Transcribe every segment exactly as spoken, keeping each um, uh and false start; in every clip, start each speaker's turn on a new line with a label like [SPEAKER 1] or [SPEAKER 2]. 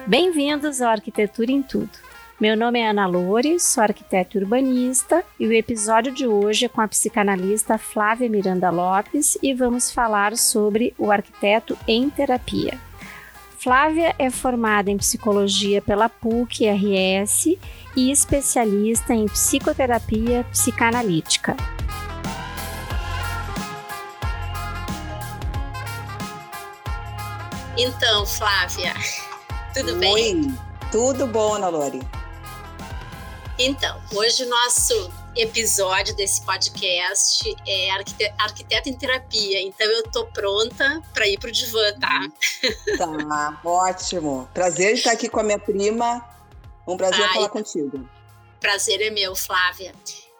[SPEAKER 1] Bem-vindos ao Arquitetura em Tudo. Meu nome é Ana Loures, sou arquiteta urbanista e o episódio de hoje é com a psicanalista Flávia Miranda Lopes e vamos falar sobre o arquiteto em terapia. Flávia é formada em psicologia pela P U C R S e especialista em psicoterapia psicanalítica.
[SPEAKER 2] Então, Flávia, tudo
[SPEAKER 3] Oi,
[SPEAKER 2] bem?
[SPEAKER 3] Oi, tudo bom, Ana Lore?
[SPEAKER 2] Então, hoje o nosso episódio desse podcast é arquite- Arquiteto em Terapia, então eu tô pronta para ir pro divã, tá?
[SPEAKER 3] Tá, ótimo. Prazer estar aqui com a minha prima. Um prazer
[SPEAKER 2] Ai,
[SPEAKER 3] falar contigo.
[SPEAKER 2] Prazer é meu, Flávia.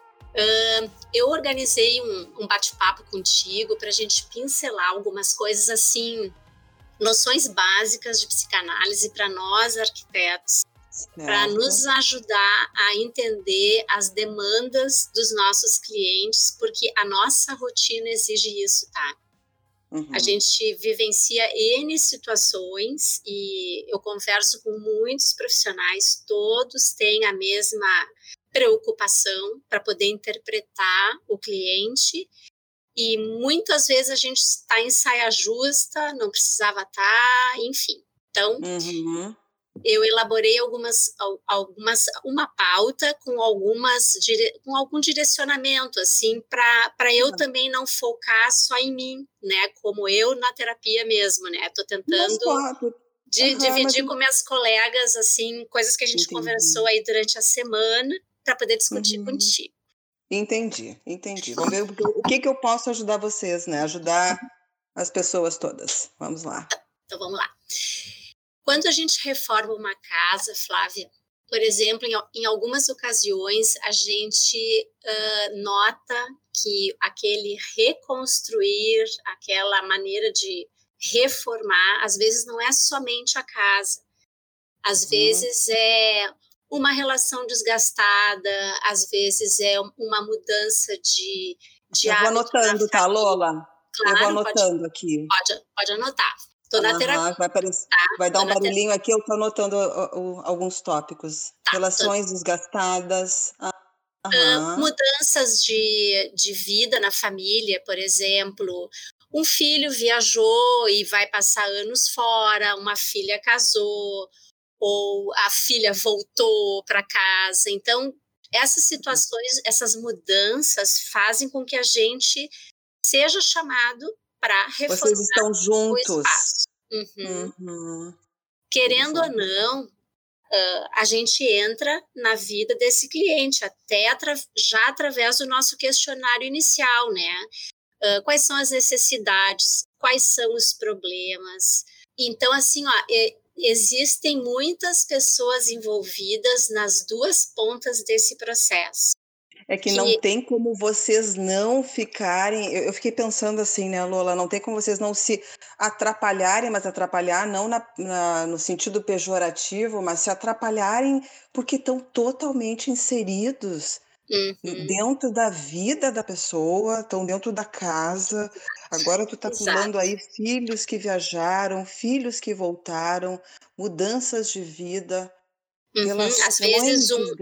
[SPEAKER 2] Uh, eu organizei um, um bate-papo contigo para a gente pincelar algumas coisas assim, noções básicas de psicanálise para nós arquitetos, para nos ajudar a entender as demandas dos nossos clientes, porque a nossa rotina exige isso, tá? Uhum. A gente vivencia N situações e eu converso com muitos profissionais, todos têm a mesma preocupação para poder interpretar o cliente e muitas vezes a gente está em saia justa, não precisava estar, enfim. Então, uhum. eu elaborei algumas, algumas, uma pauta com, algumas, com algum direcionamento, assim, para eu também não focar só em mim, né? Como eu na terapia mesmo, né? Estou tentando de, uhum, dividir mas... com minhas colegas, assim, coisas que a gente Entendi. conversou aí durante a semana para poder discutir uhum. contigo.
[SPEAKER 3] Entendi, entendi. Vamos ver o que, que eu posso ajudar vocês, né? Ajudar as pessoas todas. Vamos lá.
[SPEAKER 2] Então, vamos lá. Quando a gente reforma uma casa, Flávia, por exemplo, em, em algumas ocasiões a gente uh, nota que aquele reconstruir, aquela maneira de reformar, às vezes não é somente a casa. Às uhum. vezes é uma relação desgastada, às vezes é uma mudança de, de
[SPEAKER 3] Eu vou anotando, tá, Lola?
[SPEAKER 2] Claro,
[SPEAKER 3] eu vou anotando
[SPEAKER 2] pode,
[SPEAKER 3] aqui.
[SPEAKER 2] Pode, pode anotar. Tô na
[SPEAKER 3] uhum,
[SPEAKER 2] terapia.
[SPEAKER 3] Vai, aparecer,
[SPEAKER 2] tá?
[SPEAKER 3] vai dar
[SPEAKER 2] tô
[SPEAKER 3] um barulhinho aqui, eu tô anotando uh, uh, alguns tópicos. Tá, Relações tô... desgastadas. Uhum.
[SPEAKER 2] Uh, mudanças de, de vida na família, por exemplo. Um filho viajou e vai passar anos fora, uma filha casou, ou a filha voltou para casa. Então, essas situações, essas mudanças fazem com que a gente seja chamado para reformar
[SPEAKER 3] Vocês estão juntos.
[SPEAKER 2] o espaço. Uhum. Uhum. Querendo Exato. ou não, uh, a gente entra na vida desse cliente, até atra- já através do nosso questionário inicial, né? Uh, quais são as necessidades, quais são os problemas. Então, assim, ó, é, existem muitas pessoas envolvidas nas duas pontas desse processo.
[SPEAKER 3] É que, que não tem como vocês não ficarem... Eu, eu fiquei pensando assim, né, Lola? Não tem como vocês não se atrapalharem, mas atrapalhar não na, na, no sentido pejorativo, mas se atrapalharem porque estão totalmente inseridos uhum. dentro da vida da pessoa, estão dentro da casa. Agora tu tá pulando aí filhos que viajaram, filhos que voltaram, mudanças de vida...
[SPEAKER 2] Uhum. Às vezes um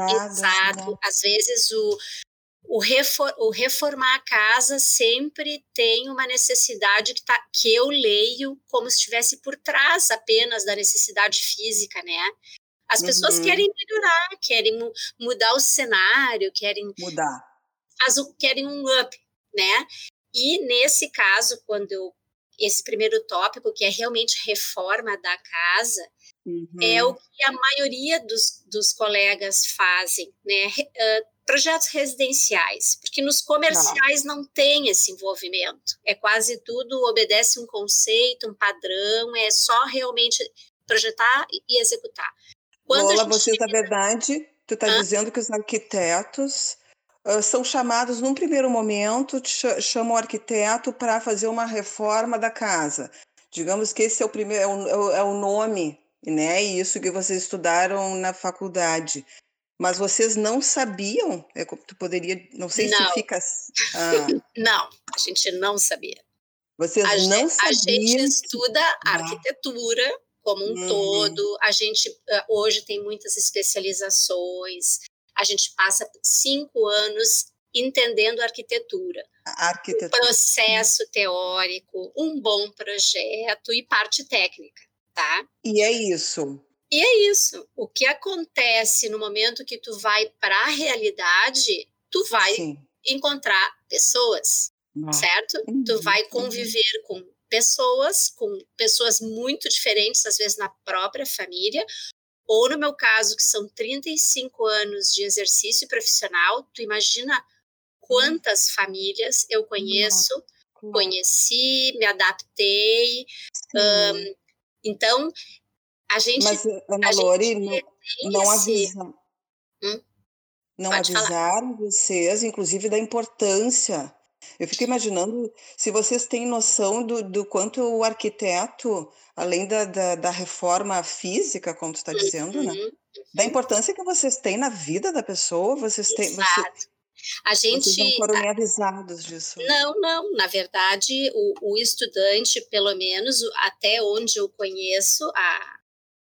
[SPEAKER 2] exato,
[SPEAKER 3] né?
[SPEAKER 2] às vezes o, o, refor, o reformar a casa sempre tem uma necessidade que, tá, que eu leio como se estivesse por trás apenas da necessidade física, né? As pessoas uhum. querem melhorar, querem mu- mudar o cenário, querem
[SPEAKER 3] mudar,
[SPEAKER 2] faz, querem um up, né? E nesse caso, quando eu esse primeiro tópico, que é realmente reforma da casa, uhum. é o que a maioria dos, dos colegas fazem, né? Uh, projetos residenciais, porque nos comerciais não. não tem esse envolvimento. É quase tudo, obedece um conceito, um padrão, é só realmente projetar e executar.
[SPEAKER 3] Quando Lola, você, chega... na verdade, tu está dizendo que os arquitetos... Uh, são chamados, num primeiro momento, ch- chamam o arquiteto para fazer uma reforma da casa. Digamos que esse é o primeiro, é o, é o nome, né? E isso que vocês estudaram na faculdade. Mas vocês não sabiam? É, tu poderia, não sei
[SPEAKER 2] não.
[SPEAKER 3] se fica. Ah.
[SPEAKER 2] Não, a gente não sabia.
[SPEAKER 3] Vocês
[SPEAKER 2] a
[SPEAKER 3] não
[SPEAKER 2] gente,
[SPEAKER 3] sabiam.
[SPEAKER 2] A gente estuda
[SPEAKER 3] que...
[SPEAKER 2] arquitetura como um
[SPEAKER 3] Uhum.
[SPEAKER 2] todo. A gente uh, hoje tem muitas especializações, a gente passa cinco anos entendendo arquitetura.
[SPEAKER 3] A arquitetura.
[SPEAKER 2] Um processo teórico, um bom projeto e parte técnica, tá?
[SPEAKER 3] E é isso.
[SPEAKER 2] E é isso. O que acontece no momento que tu vai para a realidade, tu vai Sim. encontrar pessoas, ah. certo? Uhum. Tu vai conviver uhum. com pessoas, com pessoas muito diferentes, às vezes na própria família, ou no meu caso, que são trinta e cinco anos de exercício profissional, tu imagina quantas uhum. famílias eu conheço, uhum. conheci, me adaptei. Um, então, a gente...
[SPEAKER 3] Mas, Ana Lore, não, não avisam. Hum? Não Pode avisaram falar. Vocês, inclusive, da importância. Eu fico imaginando se vocês têm noção do, do quanto o arquiteto, além da, da, da reforma física, como tu está dizendo, uhum, né? Uhum. Da importância que vocês têm na vida da pessoa, vocês têm.
[SPEAKER 2] Exato.
[SPEAKER 3] Você,
[SPEAKER 2] a gente,
[SPEAKER 3] vocês não foram nem avisados disso.
[SPEAKER 2] Não, não. Na verdade, o, o estudante, pelo menos, até onde eu conheço, a,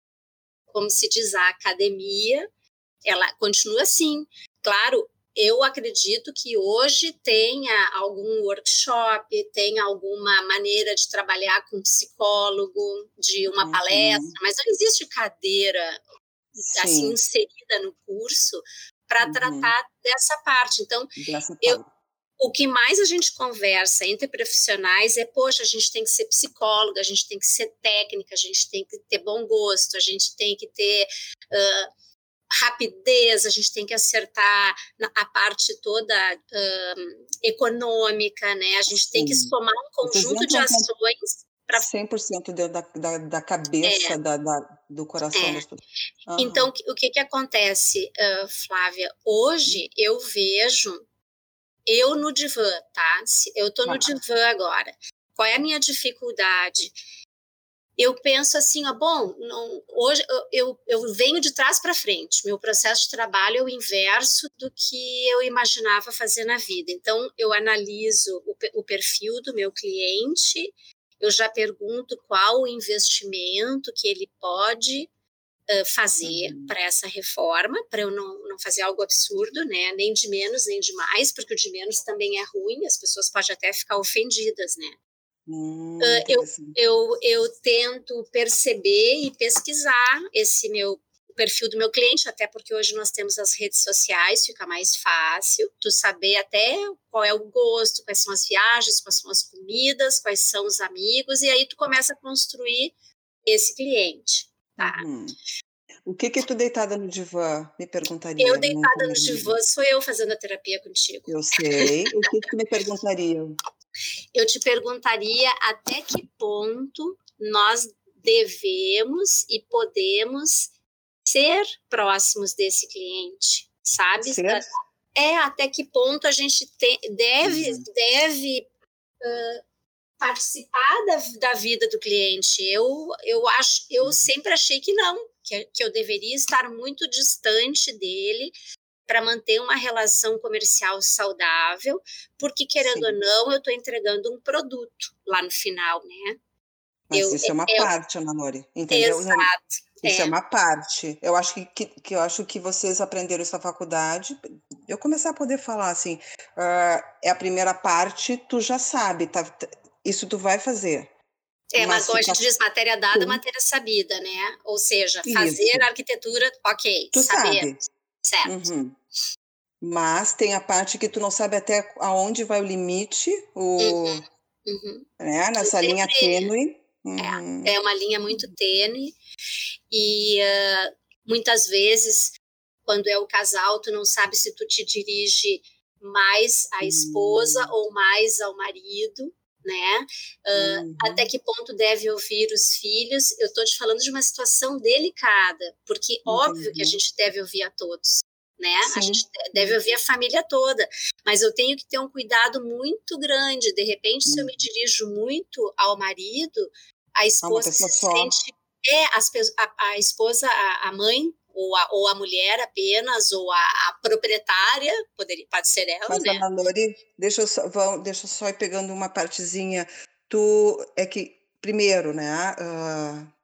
[SPEAKER 2] como se diz, a academia, ela continua assim. Claro, eu acredito que hoje tenha algum workshop, tenha alguma maneira de trabalhar com psicólogo, de uma uhum. palestra, mas não existe cadeira Sim. assim inserida no curso para uhum. tratar dessa parte. Então,
[SPEAKER 3] dessa
[SPEAKER 2] eu,
[SPEAKER 3] parte.
[SPEAKER 2] o que mais a gente conversa entre profissionais é, poxa, a gente tem que ser psicóloga, a gente tem que ser técnica, a gente tem que ter bom gosto, a gente tem que ter... Uh, rapidez, a gente tem que acertar a parte toda um, econômica, né? A gente Sim. tem que somar um conjunto de ações
[SPEAKER 3] para cem por cento dentro da, da, da cabeça, é. da, da, do coração é. das pessoas. Uhum.
[SPEAKER 2] Então, o que, que acontece, uh, Flávia? Hoje uhum. eu vejo, eu no divã, tá? Eu tô no ah. divã agora. Qual é a minha dificuldade? Eu penso assim, ó, bom, não, hoje eu, eu, eu venho de trás para frente, meu processo de trabalho é o inverso do que eu imaginava fazer na vida. Então, eu analiso o, o perfil do meu cliente, eu já pergunto qual o investimento que ele pode uh, fazer uhum. para essa reforma, para eu não, não fazer algo absurdo, né? Nem de menos, nem de mais, porque o de menos também é ruim, as pessoas podem até ficar ofendidas, né?
[SPEAKER 3] Hum,
[SPEAKER 2] uh, eu, eu, eu tento perceber e pesquisar esse meu o perfil do meu cliente, até porque hoje nós temos as redes sociais, fica mais fácil tu saber até qual é o gosto, quais são as viagens, quais são as comidas, quais são os amigos, e aí tu começa a construir esse cliente, tá?
[SPEAKER 3] Uhum. O que que tu deitada no divã, me perguntaria?
[SPEAKER 2] Eu deitada no divã sou eu fazendo a terapia contigo.
[SPEAKER 3] Eu sei. O que que tu me perguntaria?
[SPEAKER 2] Eu te perguntaria até que ponto nós devemos e podemos ser próximos desse cliente, sabe?
[SPEAKER 3] Ser?
[SPEAKER 2] É, até que ponto a gente te, deve, uhum. deve uh, participar da, da vida do cliente. Eu, eu, acho, eu sempre achei que não, que, que eu deveria estar muito distante dele para manter uma relação comercial saudável, porque, querendo Sim. ou não, eu estou entregando um produto lá no final, né?
[SPEAKER 3] Mas
[SPEAKER 2] eu,
[SPEAKER 3] isso é uma
[SPEAKER 2] eu,
[SPEAKER 3] parte, Ana Lore, entendeu?
[SPEAKER 2] Exato.
[SPEAKER 3] Isso é.
[SPEAKER 2] é
[SPEAKER 3] uma parte. Eu acho que, que, que, eu acho que vocês aprenderam isso na faculdade. Eu comecei a poder falar assim, uh, é a primeira parte, tu já sabe, tá, isso tu vai fazer.
[SPEAKER 2] É, mas, mas fica... a gente diz matéria dada, Sim. matéria sabida, né? Ou seja, fazer isso. arquitetura, ok,
[SPEAKER 3] tu
[SPEAKER 2] saber.
[SPEAKER 3] Sabe.
[SPEAKER 2] Certo.
[SPEAKER 3] Uhum. Mas tem a parte que tu não sabe até aonde vai o limite, o,
[SPEAKER 2] uhum. Uhum.
[SPEAKER 3] Né, nessa linha tênue.
[SPEAKER 2] Uhum. É, é uma linha muito tênue e uh, muitas vezes, quando é o casal, tu não sabe se tu te dirige mais à esposa uhum. ou mais ao marido, né? Uh, uhum. Até que ponto deve ouvir os filhos? Eu estou te falando de uma situação delicada, porque Entendi. Óbvio que a gente deve ouvir a todos, né? Sim. A gente deve ouvir a família toda, mas eu tenho que ter um cuidado muito grande. De repente, uhum. se eu me dirijo muito ao marido, a esposa se sente... É, as, a, a esposa, a, a mãe, ou a, ou a mulher apenas, ou a, a proprietária, poderia, pode ser ela,
[SPEAKER 3] Mas,
[SPEAKER 2] né?
[SPEAKER 3] Ana Lore, deixa eu, só, vamos, deixa eu só ir pegando uma partezinha. Tu, é que, primeiro, né, uh,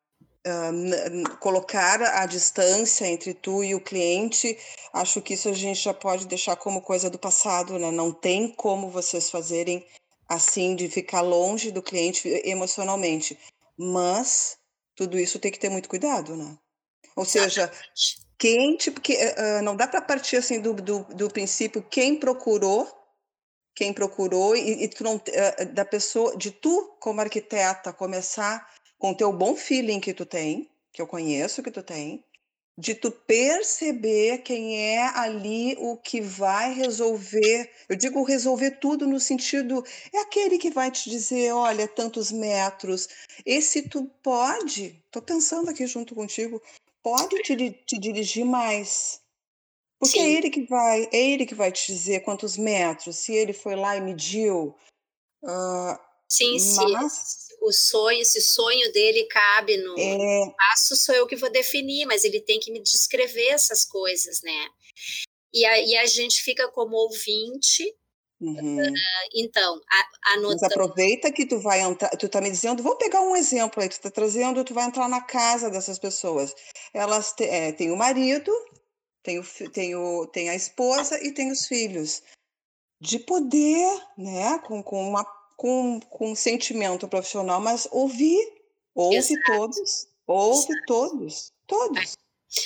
[SPEAKER 3] uh, colocar a distância entre tu e o cliente, acho que isso a gente já pode deixar como coisa do passado, né? Não tem como vocês fazerem assim, de ficar longe do cliente emocionalmente. Mas tudo isso tem que ter muito cuidado, né? Ou seja, quem, tipo, que, uh, não dá para partir assim do, do, do princípio quem procurou, quem procurou e, e tu não, uh, da pessoa, de tu como arquiteta começar com o teu bom feeling que tu tem, que eu conheço que tu tem, de tu perceber quem é ali o que vai resolver. Eu digo resolver tudo no sentido, é aquele que vai te dizer, olha, tantos metros. Esse tu pode, tô pensando aqui junto contigo, pode te, te dirigir mais. Porque Sim. é ele que vai, é ele que vai te dizer quantos metros, se ele foi lá e mediu. Uh,
[SPEAKER 2] Sim, mas... sim. O sonho, esse sonho dele cabe no
[SPEAKER 3] é...
[SPEAKER 2] espaço, sou eu que vou definir, mas ele tem que me descrever essas coisas, né? E aí a gente fica como ouvinte.
[SPEAKER 3] Uhum.
[SPEAKER 2] Uh, então, a, anotando...
[SPEAKER 3] Mas aproveita que tu vai entrar, tu tá me dizendo, vou pegar um exemplo aí, tu tá trazendo, tu vai entrar na casa dessas pessoas. Elas te, é, têm o marido, tem, o, tem, o, tem a esposa e tem os filhos. De poder, né, com, com, uma, com, com um sentimento profissional, mas ouvir, ouve
[SPEAKER 2] Exato.
[SPEAKER 3] todos, ouve
[SPEAKER 2] Exato.
[SPEAKER 3] todos, todos.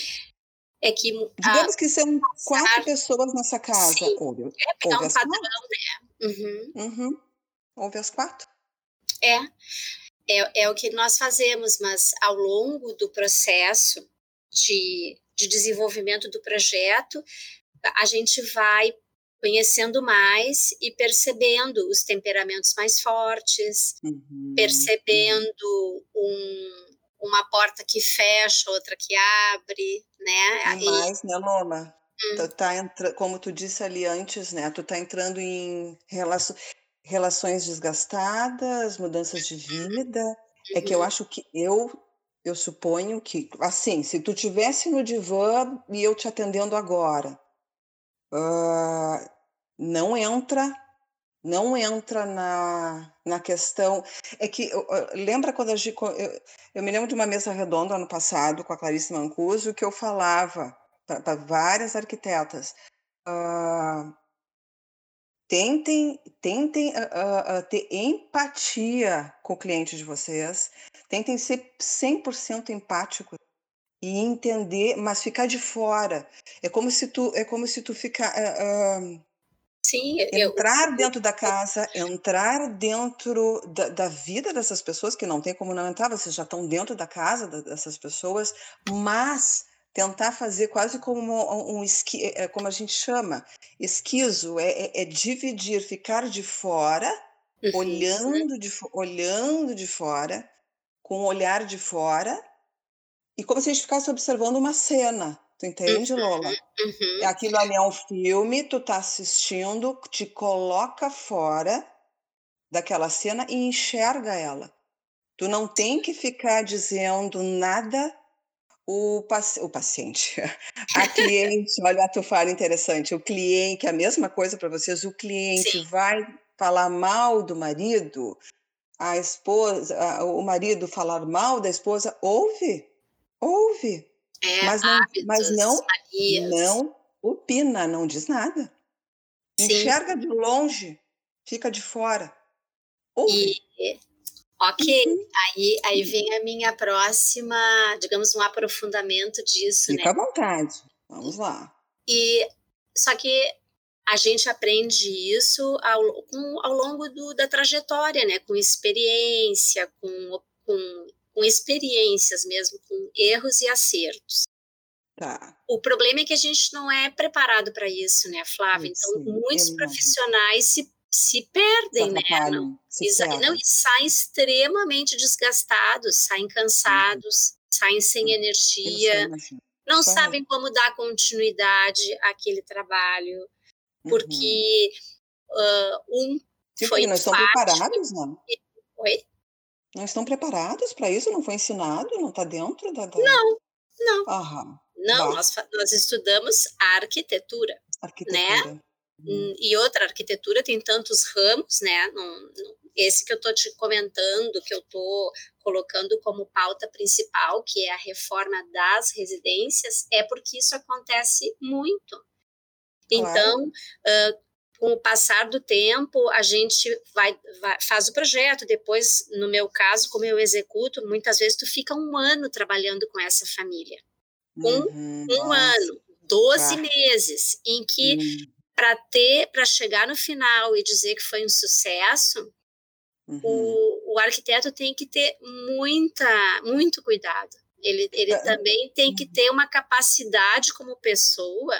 [SPEAKER 2] É que,
[SPEAKER 3] digamos
[SPEAKER 2] a,
[SPEAKER 3] que são quatro pessoas nessa casa.
[SPEAKER 2] Sim,
[SPEAKER 3] Ouve,
[SPEAKER 2] é pegar
[SPEAKER 3] ouve
[SPEAKER 2] um
[SPEAKER 3] as
[SPEAKER 2] padrão,
[SPEAKER 3] quatro.
[SPEAKER 2] né? Uhum.
[SPEAKER 3] Uhum. Ouve as quatro.
[SPEAKER 2] É, é, é o que nós fazemos, mas ao longo do processo de, de desenvolvimento do projeto, a gente vai conhecendo mais e percebendo os temperamentos mais fortes, uhum. percebendo um, uma porta que fecha, outra que abre, né?
[SPEAKER 3] E mais, né, Loma? Hum. Tu tá entra... Como tu disse ali antes, né? Tu tá entrando em relaço... relações desgastadas, mudanças de vida. Uhum. É que eu acho que eu, eu suponho que, assim, se tu tivesse no divã e eu te atendendo agora, uh, não entra, não entra na, na questão. É que uh, lembra quando a gente, eu, eu me lembro de uma mesa redonda ano passado com a Clarice Mancuso que eu falava para várias arquitetas. Uh, Tentem, tentem uh, uh, ter empatia com o cliente de vocês, tentem ser cem por cento empáticos e entender, mas ficar de fora. É como se tu, é como se tu ficar, uh, uh,
[SPEAKER 2] Sim,
[SPEAKER 3] entrar
[SPEAKER 2] eu...
[SPEAKER 3] dentro da casa, entrar dentro da, da vida dessas pessoas, que não tem como não entrar, vocês já estão dentro da casa dessas pessoas, mas tentar fazer quase como um, um esqui, é, como a gente chama, esquizo, é, é, é dividir, ficar de fora, uhum. olhando, de, olhando de fora, com o olhar de fora, e como se a gente ficasse observando uma cena, tu entende,
[SPEAKER 2] uhum.
[SPEAKER 3] Lola?
[SPEAKER 2] Uhum.
[SPEAKER 3] Aquilo ali é um filme, tu tá assistindo, te coloca fora daquela cena e enxerga ela. Tu não tem que ficar dizendo nada. O, paci o paciente, a cliente, olha, tu fala interessante, o cliente, é a mesma coisa para vocês, o cliente Sim. vai falar mal do marido, a esposa, o marido falar mal da esposa, ouve, ouve,
[SPEAKER 2] é,
[SPEAKER 3] mas não,
[SPEAKER 2] hábitos,
[SPEAKER 3] mas não,
[SPEAKER 2] manias.
[SPEAKER 3] não opina, não diz nada, Sim. enxerga de longe, fica de fora, ouve.
[SPEAKER 2] E... Ok, uhum. aí, aí vem a minha próxima, digamos, um aprofundamento disso,
[SPEAKER 3] Fica
[SPEAKER 2] né?
[SPEAKER 3] à vontade, vamos lá.
[SPEAKER 2] E, só que a gente aprende isso ao, com, ao longo do, da trajetória, né? Com experiência, com, com, com experiências mesmo, com erros e acertos.
[SPEAKER 3] Tá.
[SPEAKER 2] O problema é que a gente não é preparado para isso, né, Flávia? Então, Sim, muitos profissionais se se perdem, né? Não,
[SPEAKER 3] se
[SPEAKER 2] não, e saem extremamente desgastados, saem cansados, uhum. saem sem energia, não Só sabem é. como dar continuidade àquele trabalho, porque uhum. uh, um
[SPEAKER 3] Sim,
[SPEAKER 2] foi
[SPEAKER 3] porque não estão
[SPEAKER 2] fático,
[SPEAKER 3] preparados, não?
[SPEAKER 2] Oi?
[SPEAKER 3] Não estão preparados para isso? Não foi ensinado? Não está dentro da... da...
[SPEAKER 2] Não, não.
[SPEAKER 3] Aham.
[SPEAKER 2] Não, nós, nós estudamos arquitetura,
[SPEAKER 3] arquitetura.
[SPEAKER 2] né? Hum. E outra, arquitetura tem tantos ramos, né? Não, não, esse que eu estou te comentando, que eu estou colocando como pauta principal, que é a reforma das residências, é porque isso acontece muito. Então,
[SPEAKER 3] Claro.
[SPEAKER 2] uh, com o passar do tempo, a gente vai, vai, faz o projeto, depois, no meu caso, como eu executo, muitas vezes tu fica um ano trabalhando com essa família. Um,
[SPEAKER 3] Uhum,
[SPEAKER 2] um
[SPEAKER 3] nossa.
[SPEAKER 2] ano, doze
[SPEAKER 3] Ah,
[SPEAKER 2] meses, em que
[SPEAKER 3] hum,
[SPEAKER 2] para ter, para chegar no final e dizer que foi um sucesso,
[SPEAKER 3] uhum.
[SPEAKER 2] o, o arquiteto tem que ter muita, muito cuidado. Ele, ele
[SPEAKER 3] Tá,
[SPEAKER 2] também tem que
[SPEAKER 3] uhum,
[SPEAKER 2] ter uma capacidade como pessoa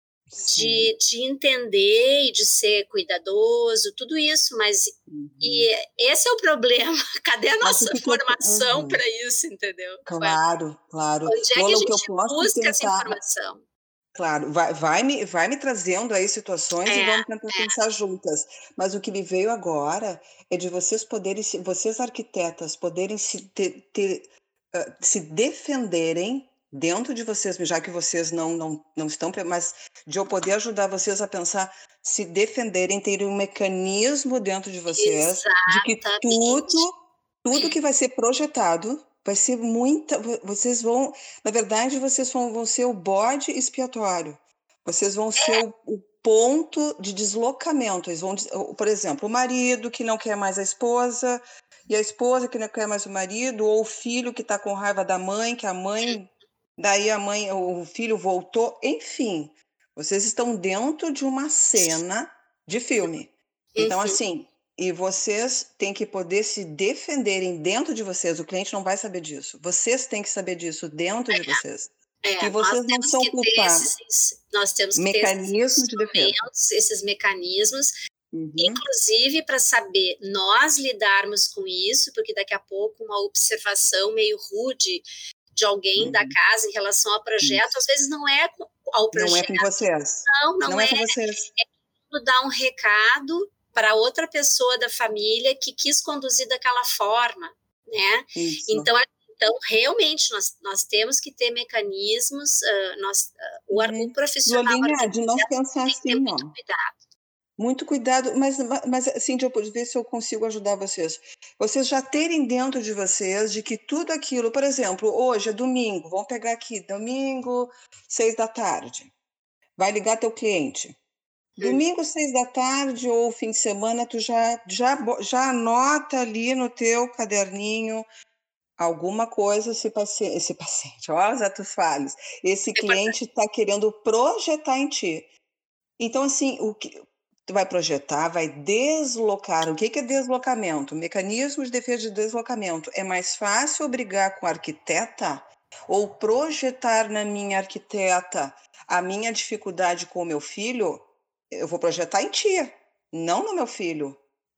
[SPEAKER 3] sim.
[SPEAKER 2] de, de entender e de ser cuidadoso, tudo isso, mas
[SPEAKER 3] Uhum.
[SPEAKER 2] e esse é o problema. Cadê a
[SPEAKER 3] Mas o
[SPEAKER 2] nossa
[SPEAKER 3] que que eu...
[SPEAKER 2] formação
[SPEAKER 3] Uhum.
[SPEAKER 2] para isso, entendeu?
[SPEAKER 3] Claro, claro.
[SPEAKER 2] Onde é que a
[SPEAKER 3] Lola, o que eu
[SPEAKER 2] gente
[SPEAKER 3] posso
[SPEAKER 2] busca essa
[SPEAKER 3] tentar...
[SPEAKER 2] informação?
[SPEAKER 3] Claro, vai, vai, me, vai me trazendo aí situações e
[SPEAKER 2] É,
[SPEAKER 3] vamos tentar pensar juntas. Mas o que me veio agora é de vocês poderem, se- vocês arquitetas, poderem se, ter, ter, ah, se defenderem dentro de vocês, já que vocês não, não, não estão, pre- mas de eu poder ajudar vocês a pensar, se defenderem, terem um mecanismo dentro de vocês, de que
[SPEAKER 2] exatamente.
[SPEAKER 3] tudo, tudo que vai ser projetado vai ser muita. vo- Vocês vão. Na verdade, vocês vão, vão ser o bode expiatório. Vocês vão ser o, o ponto de deslocamento. Eles vão, diz- o- por exemplo, o marido que não quer mais a esposa, e a esposa que não quer mais o marido, ou o filho que está com raiva da mãe, que a mãe. Daí a mãe, o filho voltou. Enfim, vocês estão dentro de uma cena de filme. Então,
[SPEAKER 2] Uhum.
[SPEAKER 3] assim, e vocês têm que poder se defenderem dentro de vocês. O cliente não vai saber disso. Vocês têm que saber disso dentro de vocês. Que
[SPEAKER 2] É, nós
[SPEAKER 3] vocês não
[SPEAKER 2] temos
[SPEAKER 3] são
[SPEAKER 2] que ter
[SPEAKER 3] culpados.
[SPEAKER 2] esses, nós temos que ter esses
[SPEAKER 3] Mecanismo de defesa.
[SPEAKER 2] instrumentos, esses mecanismos,
[SPEAKER 3] Uhum,
[SPEAKER 2] inclusive para saber nós lidarmos com isso, porque daqui a pouco uma observação meio rude de alguém da
[SPEAKER 3] uhum.
[SPEAKER 2] casa em relação ao projeto, às
[SPEAKER 3] Isso.
[SPEAKER 2] vezes não é ao
[SPEAKER 3] Não é
[SPEAKER 2] projeto,
[SPEAKER 3] com vocês.
[SPEAKER 2] não, não
[SPEAKER 3] Não é
[SPEAKER 2] é
[SPEAKER 3] com vocês.
[SPEAKER 2] dar um recado para outra pessoa da família que quis conduzir daquela forma, né?
[SPEAKER 3] Isso.
[SPEAKER 2] Então, então realmente, nós, nós temos que ter mecanismos, uh, nós, uh, o, o
[SPEAKER 3] Uhum.
[SPEAKER 2] profissional
[SPEAKER 3] Lolinha, de nós
[SPEAKER 2] arquiteto
[SPEAKER 3] pensar
[SPEAKER 2] tem que ter
[SPEAKER 3] assim,
[SPEAKER 2] muito
[SPEAKER 3] ó.
[SPEAKER 2] cuidado.
[SPEAKER 3] Muito cuidado, mas, mas assim, de eu ver se eu consigo ajudar vocês. Vocês já terem dentro de vocês de que tudo aquilo, por exemplo, hoje é domingo, vamos pegar aqui, domingo, seis da tarde. Vai ligar teu cliente.
[SPEAKER 2] Hum,
[SPEAKER 3] Domingo, seis da tarde ou fim de semana, tu já, já, já anota ali no teu caderninho alguma coisa, esse paciente, esse paciente, ó, os atos falhos, esse
[SPEAKER 2] é importante.
[SPEAKER 3] cliente está querendo projetar em ti. Então, assim, o que tu vai projetar, vai deslocar. O que que é deslocamento? Mecanismo de defesa de deslocamento. É mais fácil brigar com a arquiteta ou projetar na minha arquiteta a minha dificuldade com o meu filho? Eu vou projetar em ti, não no meu filho.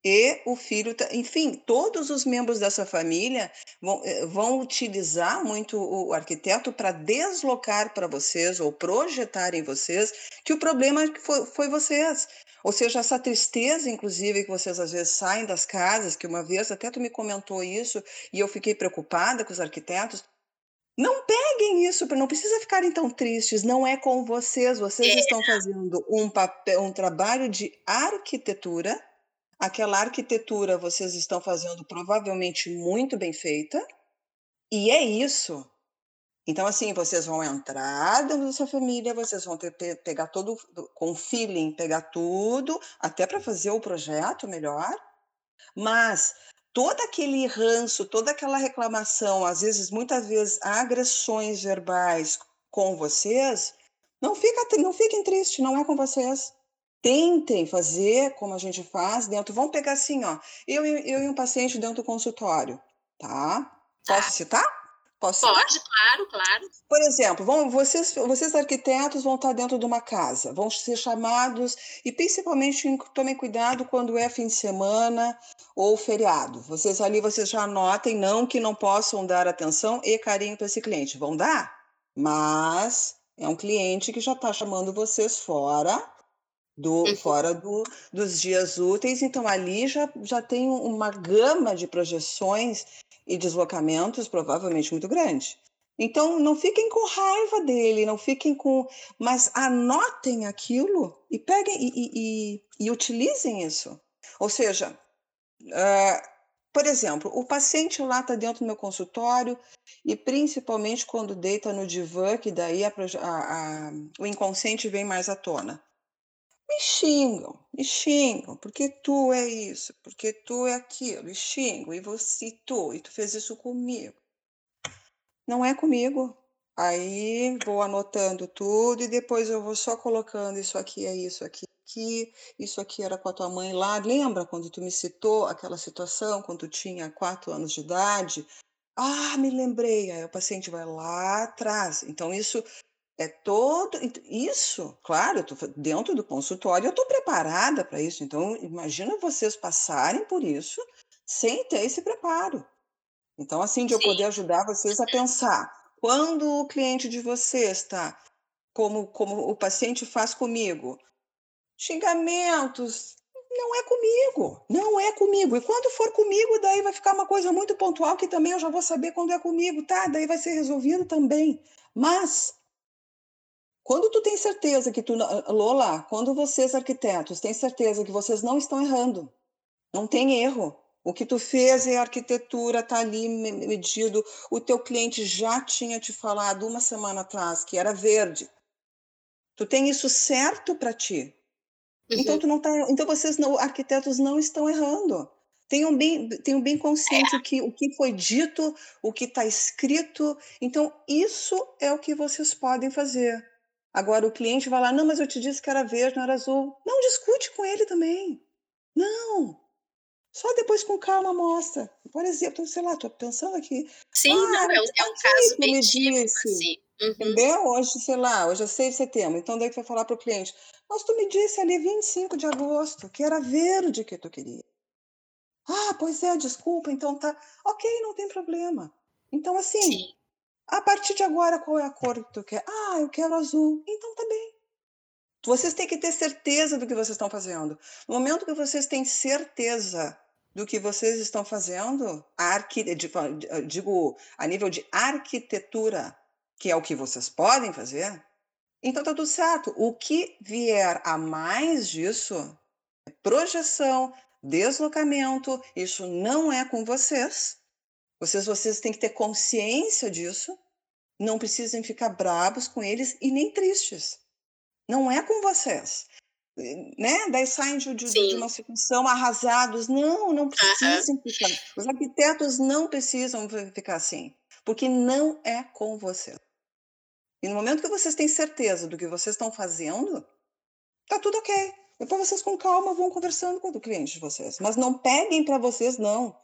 [SPEAKER 3] E o filho, tá- enfim, todos os membros dessa família vão, eh, vão utilizar muito o arquiteto para deslocar para vocês ou projetar em vocês que o problema foi, foi vocês. Ou seja, essa tristeza, inclusive, que vocês às vezes saem das casas, que uma vez até tu me comentou isso e eu fiquei preocupada com os arquitetos. Não peguem isso, não precisa ficarem tão tristes, não é com vocês, vocês
[SPEAKER 2] É,
[SPEAKER 3] estão fazendo um papel, um trabalho de arquitetura. Aquela arquitetura vocês estão fazendo provavelmente muito bem feita, e é isso. Então, assim, vocês vão entrar dentro da sua família, vocês vão ter, pe- pegar todo, com feeling, pegar tudo, até para fazer o projeto melhor, mas todo aquele ranço, toda aquela reclamação, às vezes, muitas vezes, agressões verbais com vocês, não fica, tri- não fiquem tristes, não é com vocês. Tentem fazer como a gente faz dentro. Vamos pegar assim, ó. Eu, e- eu e um paciente dentro do consultório, tá? Posso
[SPEAKER 2] tá.
[SPEAKER 3] citar? Posso citar?
[SPEAKER 2] Pode, claro, claro.
[SPEAKER 3] Por exemplo, vão, vocês, vocês arquitetos vão estar dentro de uma casa, vão ser chamados, e principalmente tomem cuidado quando é fim de semana ou feriado. Vocês ali, vocês já anotem, não que não possam dar atenção e carinho para esse cliente. Vão dar, mas é um cliente que já está chamando vocês fora do,
[SPEAKER 2] Uhum.
[SPEAKER 3] fora do, dos dias úteis, então ali já, já tem uma gama de projeções e deslocamentos provavelmente muito grande. Então, não fiquem com raiva dele, não fiquem com. Mas anotem aquilo e peguem e, e, e, e utilizem isso. Ou seja, uh, por exemplo, o paciente lá está dentro do meu consultório e principalmente quando deita no divã, que daí a, a, a, o inconsciente vem mais à tona. Me xingam, me xingam, porque tu é isso, porque tu é aquilo, e xingo, e você, e tu, e tu fez isso comigo. Não é comigo. Aí vou anotando tudo e depois eu vou só colocando isso aqui é isso aqui, aqui, isso aqui era com a tua mãe lá. Lembra quando tu me citou aquela situação, quando tu tinha quatro anos de idade? Ah, me lembrei. Aí o paciente vai lá atrás. Então, isso é todo. Isso, claro, eu tô dentro do consultório, eu estou preparada para isso. Então, imagina vocês passarem por isso sem ter esse preparo. Então, assim, de eu
[SPEAKER 2] Sim.
[SPEAKER 3] poder ajudar vocês a pensar. Quando o cliente de vocês está, como, como o paciente faz comigo, xingamentos, não é comigo, não é comigo. E quando for comigo, daí vai ficar uma coisa muito pontual que também eu já vou saber quando é comigo, tá? Daí vai ser resolvido também. Mas, quando tu tem certeza que tu... Lola, quando vocês, arquitetos, têm certeza que vocês não estão errando, não tem erro. O que tu fez é arquitetura, tá ali medido. O teu cliente já tinha te falado uma semana atrás que era verde. Tu tem isso certo para ti. Uhum. Então tu não tá, então vocês não, arquitetos não estão errando. Tenham bem, tenham bem consciente é. o que o que foi dito, o que está escrito. Então isso é o que vocês podem fazer. Agora o cliente vai lá, não, mas eu te disse que era verde, não era azul. Não discute com ele também. Não. Só depois com calma mostra. Por exemplo, sei lá, estou pensando aqui.
[SPEAKER 2] Sim,
[SPEAKER 3] ah,
[SPEAKER 2] não, é um, é um caso bem típico, assim.
[SPEAKER 3] Uhum. Entendeu? Hoje, sei lá, hoje é seis de setembro. Então, daí tu vai falar para o cliente, mas tu me disse ali vinte e cinco de agosto que era verde que tu queria. Ah, pois é, desculpa, então tá. Ok, não tem problema. Então, assim, Sim. a partir de agora, qual é a cor que tu quer? Ah, eu quero azul. Então tá bem. Vocês têm que ter certeza do que vocês estão fazendo. No momento que vocês têm certeza do que vocês estão fazendo, a arqui... digo, a nível de arquitetura, que é o que vocês podem fazer, então tá tudo certo. O que vier a mais disso é projeção, deslocamento, isso não é com vocês. Vocês, vocês têm que ter consciência disso, não precisem ficar bravos com eles e nem tristes. Não é com vocês, né? Daí saem de, de, de uma situação arrasados. Não, não precisam uhum. ficar. Os arquitetos não precisam ficar assim, porque não é com vocês. E no momento que vocês têm certeza do que vocês estão fazendo, tá tudo ok. Depois vocês com calma vão conversando com o cliente de vocês. Mas não peguem para vocês, não.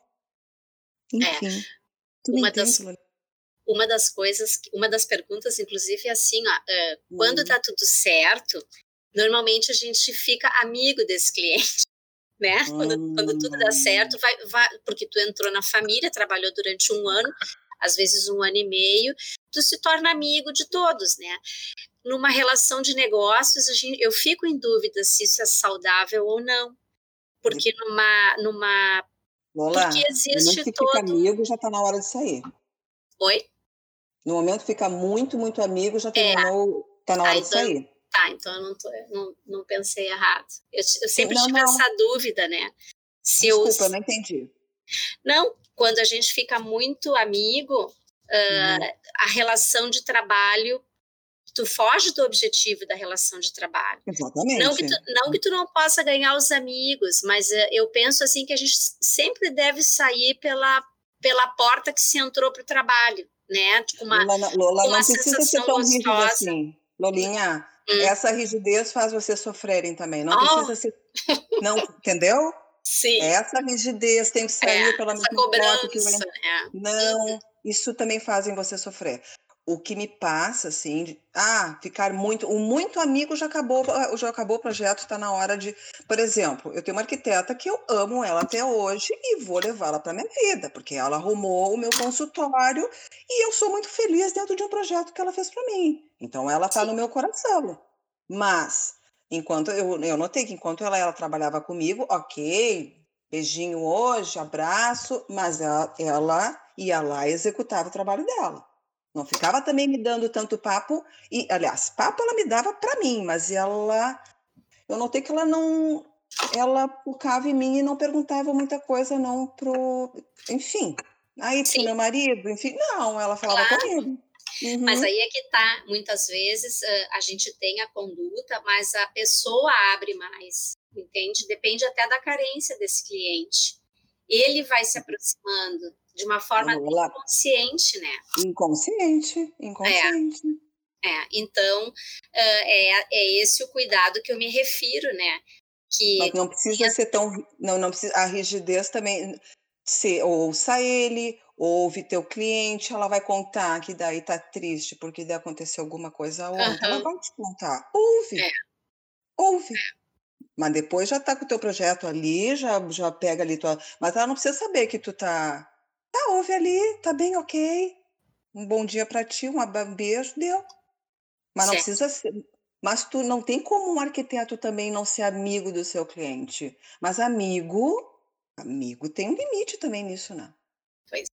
[SPEAKER 3] Enfim.
[SPEAKER 2] É, uma, das, uma das coisas, uma das perguntas, inclusive, é assim, ó, uh, quando tá tudo certo, normalmente a gente fica amigo desse cliente, né? Hum. Quando, quando tudo dá certo, vai, vai, porque tu entrou na família, trabalhou durante um ano, às vezes um ano e meio, tu se torna amigo de todos, né? Numa relação de negócios, a gente, eu fico em dúvida se isso é saudável ou não, porque numa... numa
[SPEAKER 3] Lola, porque existe que todo... fica amigo, já está na hora de sair.
[SPEAKER 2] Oi?
[SPEAKER 3] No momento que fica muito, muito amigo, já terminou, está é. na hora ah,
[SPEAKER 2] então,
[SPEAKER 3] de sair.
[SPEAKER 2] Tá, então eu não, tô, eu não, não pensei errado. Eu, eu sempre não, tive não. essa dúvida, né? Se
[SPEAKER 3] Desculpa,
[SPEAKER 2] eu...
[SPEAKER 3] eu não entendi.
[SPEAKER 2] Não, quando a gente fica muito amigo, uh, uhum. a relação de trabalho, tu foge do objetivo da relação de trabalho.
[SPEAKER 3] Exatamente.
[SPEAKER 2] Não que tu não, que tu não possa ganhar os amigos, mas uh, eu penso assim que a gente sempre deve sair pela, pela porta que se entrou para o trabalho, né? Com uma,
[SPEAKER 3] Lola, Lola
[SPEAKER 2] uma
[SPEAKER 3] não precisa ser tão rígido assim. Lolinha, hum. essa rigidez faz vocês sofrerem também. Não oh. precisa ser... Não, entendeu?
[SPEAKER 2] Sim.
[SPEAKER 3] Essa rigidez tem que sair
[SPEAKER 2] é,
[SPEAKER 3] pela
[SPEAKER 2] essa cobrança. Que eu...
[SPEAKER 3] é. Não, isso também fazem você sofrer. O que me passa, assim, de, ah, ficar muito... O muito amigo já acabou, já acabou o projeto, está na hora de... Por exemplo, eu tenho uma arquiteta que eu amo ela até hoje e vou levá-la para minha vida, porque ela arrumou o meu consultório e eu sou muito feliz dentro de um projeto que ela fez para mim. Então, ela está no meu coração. Mas... Enquanto eu, eu notei que enquanto ela, ela trabalhava comigo, ok, beijinho hoje, abraço, mas ela, ela ia lá e executava o trabalho dela. Não ficava também me dando tanto papo, e aliás, papo ela me dava para mim, mas ela, eu notei que ela não, ela focava em mim e não perguntava muita coisa não pro... Enfim, aí pro
[SPEAKER 2] Sim,
[SPEAKER 3] meu marido, enfim, não, ela falava
[SPEAKER 2] claro.
[SPEAKER 3] comigo.
[SPEAKER 2] Mas
[SPEAKER 3] Uhum.
[SPEAKER 2] aí é que tá, muitas vezes uh, a gente tem a conduta, mas a pessoa abre mais, entende? Depende até da carência desse cliente. Ele vai se aproximando de uma forma
[SPEAKER 3] Ela...
[SPEAKER 2] inconsciente, né?
[SPEAKER 3] Inconsciente,
[SPEAKER 2] É,
[SPEAKER 3] inconsciente.
[SPEAKER 2] é. Então, uh, é, é esse o cuidado que eu me refiro, né?
[SPEAKER 3] Mas
[SPEAKER 2] Que
[SPEAKER 3] não precisa ser tão... Não, não precisa... A rigidez também... Se ouça ele, ouve teu cliente, ela vai contar que daí tá triste porque daí aconteceu alguma coisa ontem. Ela
[SPEAKER 2] Aham,
[SPEAKER 3] vai te contar. Ouve,
[SPEAKER 2] é,
[SPEAKER 3] ouve. Mas depois já tá com o teu projeto ali, já, já pega ali tua... Mas ela não precisa saber que tu tá... Tá, ouve ali, tá bem, ok. Um bom dia pra ti, um aba- um beijo, deu. Mas não
[SPEAKER 2] certo.
[SPEAKER 3] precisa ser... Mas tu não tem como um arquiteto também não ser amigo do seu cliente. Mas amigo, amigo tem um limite também nisso, né?
[SPEAKER 2] Pois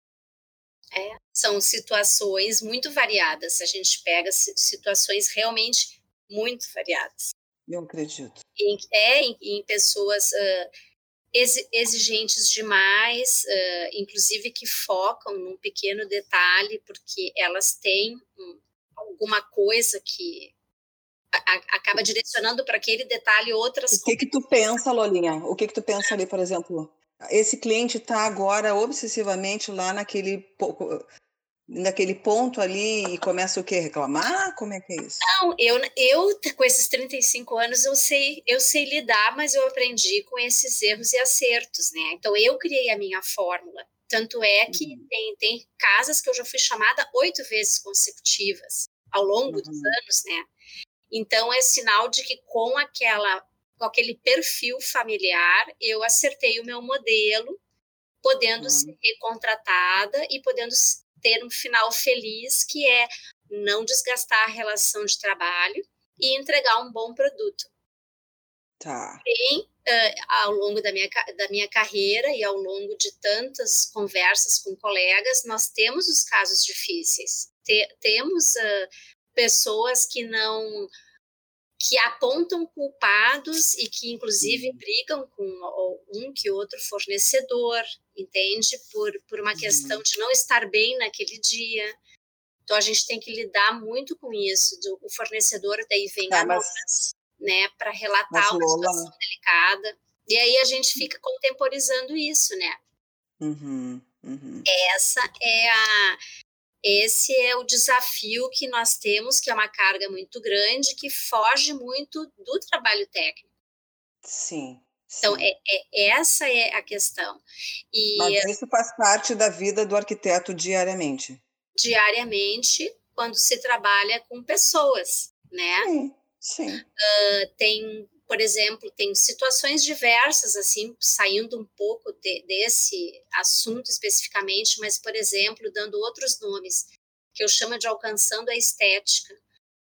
[SPEAKER 2] é. São situações muito variadas. A gente pega si- situações realmente muito variadas.
[SPEAKER 3] Eu acredito.
[SPEAKER 2] Em, é em, em pessoas uh, exi- exigentes demais, uh, inclusive que focam num pequeno detalhe, porque elas têm um, alguma coisa que a, a, acaba direcionando para aquele detalhe outras
[SPEAKER 3] O que que tu pensa, Lolinha? O que que tu pensa ali, por exemplo? Esse cliente está agora obsessivamente lá naquele, po- naquele ponto ali e começa o quê? Reclamar? Como é que é isso?
[SPEAKER 2] Não, eu, eu com esses trinta e cinco anos eu sei, eu sei lidar, mas eu aprendi com esses erros e acertos, né? Então eu criei a minha fórmula. Tanto é que
[SPEAKER 3] Uhum,
[SPEAKER 2] tem, tem casas que eu já fui chamada oito vezes consecutivas ao longo dos
[SPEAKER 3] uhum,
[SPEAKER 2] anos, né? Então é sinal de que com aquela, com aquele perfil familiar eu acertei o meu modelo, podendo ser
[SPEAKER 3] uhum.
[SPEAKER 2] recontratada e podendo ter um final feliz, que é não desgastar a relação de trabalho e entregar um bom produto.
[SPEAKER 3] Tá.
[SPEAKER 2] Porém, uh, ao longo da minha, da minha carreira e ao longo de tantas conversas com colegas, nós temos os casos difíceis. Te, temos uh, pessoas que não que apontam culpados e que inclusive
[SPEAKER 3] Uhum,
[SPEAKER 2] brigam com um que outro fornecedor, entende? Por, por uma questão
[SPEAKER 3] uhum.
[SPEAKER 2] de não estar bem naquele dia. Então a gente tem que lidar muito com isso. Do, o fornecedor daí vem
[SPEAKER 3] Tá,
[SPEAKER 2] a
[SPEAKER 3] mas,
[SPEAKER 2] nós, né, para
[SPEAKER 3] mas
[SPEAKER 2] relatar uma situação
[SPEAKER 3] Lola.
[SPEAKER 2] delicada. E aí a gente fica contemporizando isso, né?
[SPEAKER 3] Uhum, uhum.
[SPEAKER 2] Essa é a Esse é o desafio que nós temos, que é uma carga muito grande, que foge muito do trabalho técnico.
[SPEAKER 3] Sim,
[SPEAKER 2] Então,
[SPEAKER 3] sim.
[SPEAKER 2] é, é, essa é a questão.
[SPEAKER 3] Mas
[SPEAKER 2] E
[SPEAKER 3] isso faz parte da vida do arquiteto diariamente.
[SPEAKER 2] diariamente, quando se trabalha com pessoas, né?
[SPEAKER 3] Sim, sim.
[SPEAKER 2] Tem, por exemplo, tem situações diversas, assim, saindo um pouco de, desse assunto especificamente, mas, por exemplo, dando outros nomes, que eu chamo de alcançando a estética.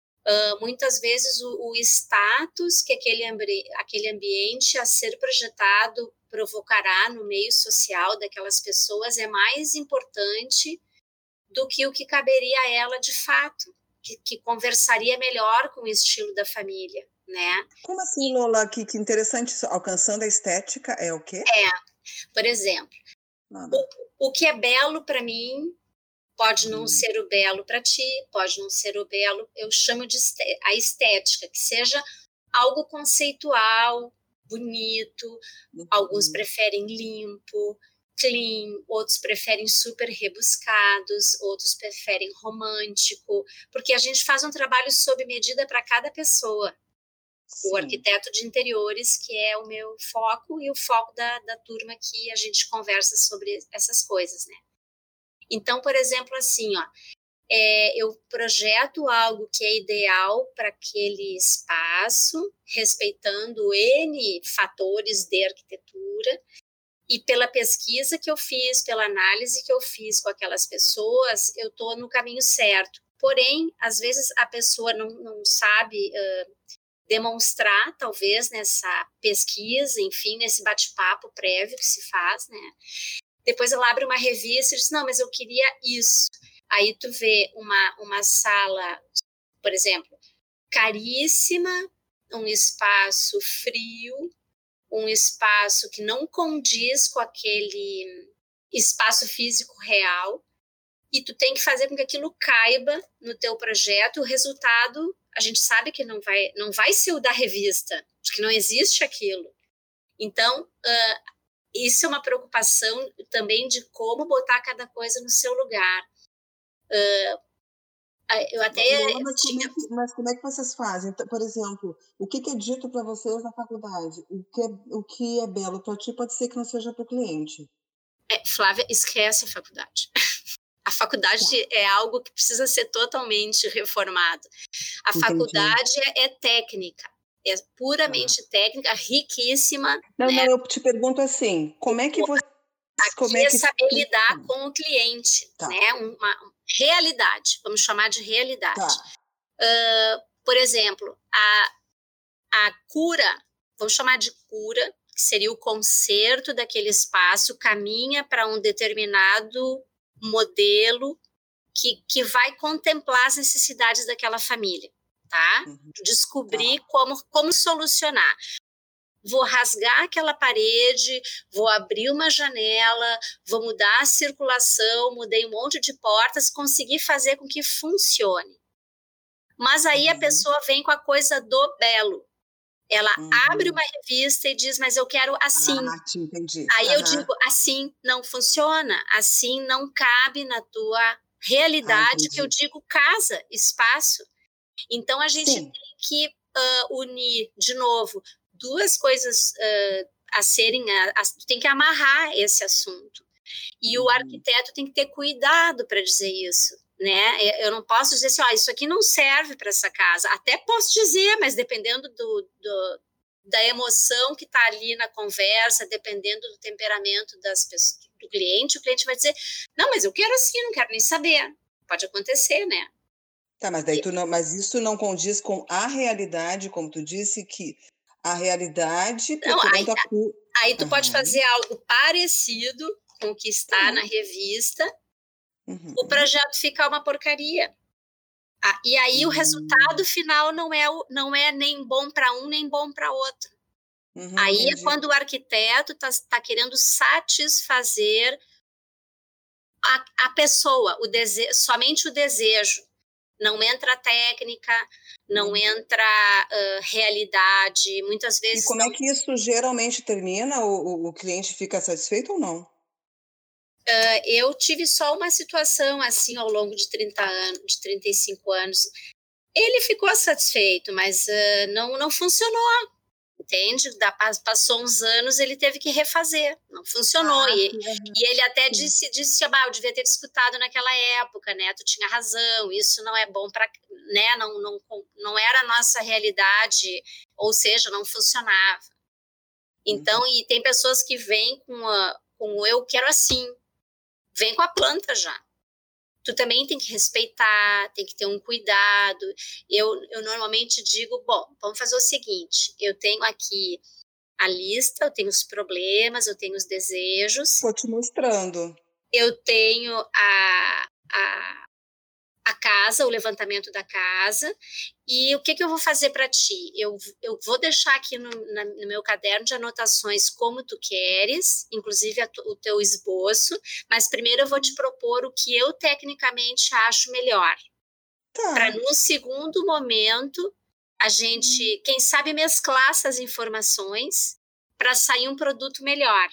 [SPEAKER 2] Uh, muitas vezes o, o status que aquele, ambi aquele ambiente a ser projetado provocará no meio social daquelas pessoas é mais importante do que o que caberia a ela de fato, que, que conversaria melhor com o estilo da família, né?
[SPEAKER 3] Como assim, Lola? Que, que interessante isso. Alcançando a estética é o quê?
[SPEAKER 2] É, por exemplo,
[SPEAKER 3] Nada.
[SPEAKER 2] o, o que é belo para mim pode não
[SPEAKER 3] Uhum,
[SPEAKER 2] ser o belo para ti, pode não ser o belo, eu chamo de a estética, que seja algo conceitual, bonito, alguns
[SPEAKER 3] uhum.
[SPEAKER 2] preferem limpo, clean, outros preferem super rebuscados, outros preferem romântico, porque a gente faz um trabalho sob medida para cada pessoa. O
[SPEAKER 3] Sim.
[SPEAKER 2] arquiteto de interiores, que é o meu foco e o foco da, da turma que a gente conversa sobre essas coisas, né? Então, por exemplo, assim, ó, é, eu projeto algo que é ideal para aquele espaço, respeitando N fatores de arquitetura, e pela pesquisa que eu fiz, pela análise que eu fiz com aquelas pessoas, eu estou no caminho certo. Porém, às vezes a pessoa não, não sabe uh, demonstrar, talvez, nessa pesquisa, enfim, nesse bate-papo prévio que se faz, né? Depois ela abre uma revista e diz, não, mas eu queria isso. Aí tu vê uma, uma sala, por exemplo, caríssima, um espaço frio, um espaço que não condiz com aquele espaço físico real, e tu tem que fazer com que aquilo caiba no teu projeto. O resultado, a gente sabe que não vai, não vai ser o da revista, porque não existe aquilo. Então, uh, isso é uma preocupação também de como botar cada coisa no seu lugar. Uh, eu até
[SPEAKER 3] Lola, mas,
[SPEAKER 2] tinha...
[SPEAKER 3] como é que, mas como é que vocês fazem? Então, por exemplo, o que, que é dito para vocês na faculdade? O que é, o que é belo para ti pode ser que não seja para o cliente.
[SPEAKER 2] É, Flávia, esquece a faculdade. A faculdade tá. é algo que precisa ser totalmente reformado. A Entendi. faculdade é, é técnica, é puramente tá. técnica, riquíssima.
[SPEAKER 3] Não,
[SPEAKER 2] né?
[SPEAKER 3] não, eu te pergunto assim, como é que você...
[SPEAKER 2] Aqui
[SPEAKER 3] como
[SPEAKER 2] é
[SPEAKER 3] é que...
[SPEAKER 2] saber lidar com o cliente,
[SPEAKER 3] tá.
[SPEAKER 2] né? Uma realidade, vamos chamar de realidade.
[SPEAKER 3] Tá.
[SPEAKER 2] Uh, por exemplo, a, a cura, vamos chamar de cura, que seria o conserto daquele espaço, caminha para um determinado modelo que, que vai contemplar as necessidades daquela família, tá? Uhum. Descobrir tá. Como, como solucionar. Vou rasgar aquela parede, vou abrir uma janela, vou mudar a circulação, mudei um monte de portas, conseguir fazer com que funcione. Mas aí uhum. a pessoa vem com a coisa do belo. Ela uhum. abre uma revista e diz, mas eu quero assim.
[SPEAKER 3] Ah, te entendi.
[SPEAKER 2] Aí
[SPEAKER 3] uhum.
[SPEAKER 2] eu digo, assim não funciona, assim não cabe na tua realidade, ah, que eu digo casa, espaço. Então a gente Sim. tem que uh, unir, de novo, duas coisas uh, a serem, a, a, tem que amarrar esse assunto. E uhum. o arquiteto tem que ter cuidado para dizer isso. Né? Eu não posso dizer assim, ó, isso aqui não serve para essa casa. Até posso dizer, mas dependendo do, do, da emoção que está ali na conversa, dependendo do temperamento das pessoas, do cliente, o cliente vai dizer, não, mas eu quero assim, não quero nem saber. Pode acontecer, né?
[SPEAKER 3] Tá, mas daí tu não, mas isso não condiz com a realidade, como tu disse, que a realidade
[SPEAKER 2] não, aí,
[SPEAKER 3] a...
[SPEAKER 2] aí tu uhum. pode fazer algo parecido com o que está uhum. na revista. Uhum. O projeto fica uma porcaria. Ah, e aí uhum. o resultado final não é, não é nem bom para um, nem bom para outro. Uhum, aí entendi. É quando o arquiteto está tá querendo satisfazer a, a pessoa, o dese, somente o desejo. Não entra técnica, não uhum. entra uh, realidade, muitas vezes...
[SPEAKER 3] E como
[SPEAKER 2] não...
[SPEAKER 3] é que isso geralmente termina? O, o, o cliente fica satisfeito ou não?
[SPEAKER 2] Uh, eu tive só uma situação assim ao longo de trinta anos, de trinta e cinco anos. Ele ficou satisfeito, mas uh, não, não funcionou, entende? Da, passou uns anos, ele teve que refazer, não funcionou. Ah, e, e ele até sim. disse, disse ah, eu devia ter te escutado naquela época, né? Tu tinha razão, isso não é bom para... Né? Não, não, não era a nossa realidade, ou seja, não funcionava. Então, uhum. e tem pessoas que vêm com, a, com eu quero assim, vem com a planta já. Tu também tem que respeitar, tem que ter um cuidado. Eu, eu normalmente digo, bom, vamos fazer o seguinte, eu tenho aqui a lista, eu tenho os problemas, eu tenho os desejos.
[SPEAKER 3] Vou te mostrando.
[SPEAKER 2] Eu tenho a, a, a casa, o levantamento da casa, e o que, que eu vou fazer para ti? Eu, eu vou deixar aqui no, na, no meu caderno de anotações como tu queres, inclusive a, o teu esboço, mas primeiro eu vou te propor o que eu tecnicamente acho melhor. Tá. Para num segundo momento, a gente, hum. quem sabe, mesclar essas informações para sair um produto melhor.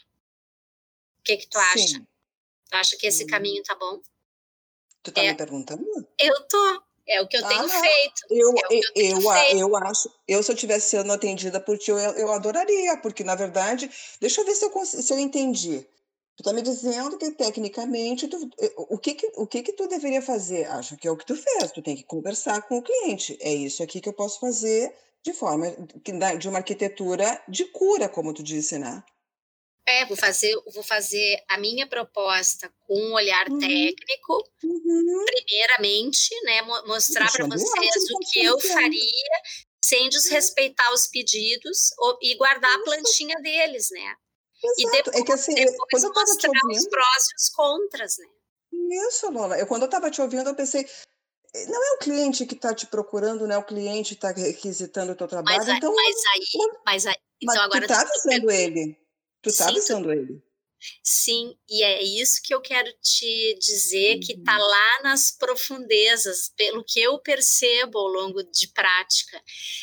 [SPEAKER 2] O que, que tu Sim. acha? Tu acha que esse hum. caminho tá bom?
[SPEAKER 3] Tu tá
[SPEAKER 2] é,
[SPEAKER 3] me perguntando?
[SPEAKER 2] Eu tô. É o que eu tenho ah, feito.
[SPEAKER 3] Eu,
[SPEAKER 2] é o que eu, tenho
[SPEAKER 3] eu,
[SPEAKER 2] feito.
[SPEAKER 3] eu acho, eu se eu estivesse sendo atendida por ti, eu, eu adoraria, porque na verdade, deixa eu ver se eu, se eu entendi. Tu tá me dizendo que tecnicamente, tu, o, que que, o que que tu deveria fazer? Acho que é o que tu fez, tu tem que conversar com o cliente. É isso aqui que eu posso fazer de forma, de uma arquitetura de cura, como tu disse, né?
[SPEAKER 2] É, vou fazer, vou fazer a minha proposta com um olhar uhum. técnico, uhum. primeiramente, né, mostrar para vocês o que eu faria sem desrespeitar os pedidos e guardar Isso. a plantinha deles, né?
[SPEAKER 3] Exato.
[SPEAKER 2] E depois,
[SPEAKER 3] é que, assim,
[SPEAKER 2] depois
[SPEAKER 3] eu,
[SPEAKER 2] mostrar os prós e os contras, né?
[SPEAKER 3] Isso, Lola. Eu, quando eu estava te ouvindo, eu pensei, não é o cliente que está te procurando, não é o cliente que está requisitando o teu trabalho,
[SPEAKER 2] mas,
[SPEAKER 3] então...
[SPEAKER 2] Mas aí, mas aí
[SPEAKER 3] Mas
[SPEAKER 2] Então, agora
[SPEAKER 3] tu tá
[SPEAKER 2] tu, tu
[SPEAKER 3] avisando ele. Tu tá
[SPEAKER 2] sim, tu,
[SPEAKER 3] avisando ele.
[SPEAKER 2] sim, e é isso que eu quero te dizer, que tá
[SPEAKER 3] Uhum.
[SPEAKER 2] lá nas profundezas, pelo que eu percebo ao longo de prática.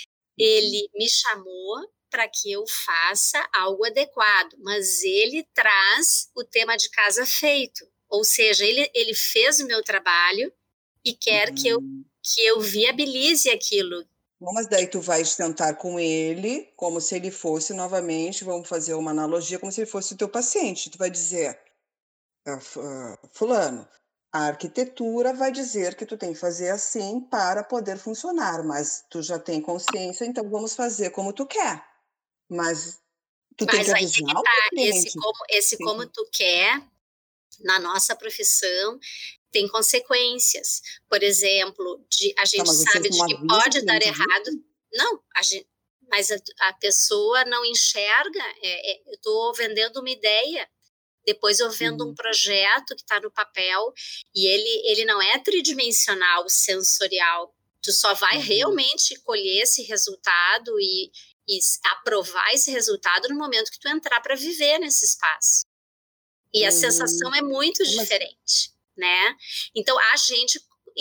[SPEAKER 2] Ele me chamou para que eu faça algo adequado, mas ele traz o tema de casa feito. Ou seja, ele, ele fez o meu trabalho e quer
[SPEAKER 3] Uhum.
[SPEAKER 2] que, eu, que eu viabilize aquilo.
[SPEAKER 3] Bom, mas daí tu vai sentar com ele como se ele fosse novamente, vamos fazer uma analogia, como se ele fosse o teu paciente. Tu vai dizer, ah, ah, fulano, a arquitetura vai dizer que tu tem que fazer assim para poder funcionar, mas tu já tem consciência, então vamos fazer como tu quer. Mas tu tem que
[SPEAKER 2] Mas aí é
[SPEAKER 3] avisar
[SPEAKER 2] que
[SPEAKER 3] o teu
[SPEAKER 2] tá, esse
[SPEAKER 3] cliente.
[SPEAKER 2] como, esse
[SPEAKER 3] Tem
[SPEAKER 2] como
[SPEAKER 3] que...
[SPEAKER 2] tu quer, na nossa profissão, tem consequências. Por exemplo, de, a
[SPEAKER 3] Tá,
[SPEAKER 2] gente
[SPEAKER 3] mas vocês
[SPEAKER 2] sabe de
[SPEAKER 3] não
[SPEAKER 2] que
[SPEAKER 3] avisam o
[SPEAKER 2] pode dar
[SPEAKER 3] cliente
[SPEAKER 2] errado.
[SPEAKER 3] disso?
[SPEAKER 2] Não, a gente, mas a, a pessoa não enxerga. É, é, eu estou vendendo uma ideia, depois eu vendo um
[SPEAKER 3] Uhum.
[SPEAKER 2] projeto que está no papel e ele, ele não é tridimensional, sensorial. Tu só vai
[SPEAKER 3] Uhum.
[SPEAKER 2] realmente colher esse resultado e, e aprovar esse resultado no momento que tu entrar para viver nesse espaço. E a
[SPEAKER 3] Uhum.
[SPEAKER 2] sensação é muito
[SPEAKER 3] Mas...
[SPEAKER 2] diferente, né? Então, a gente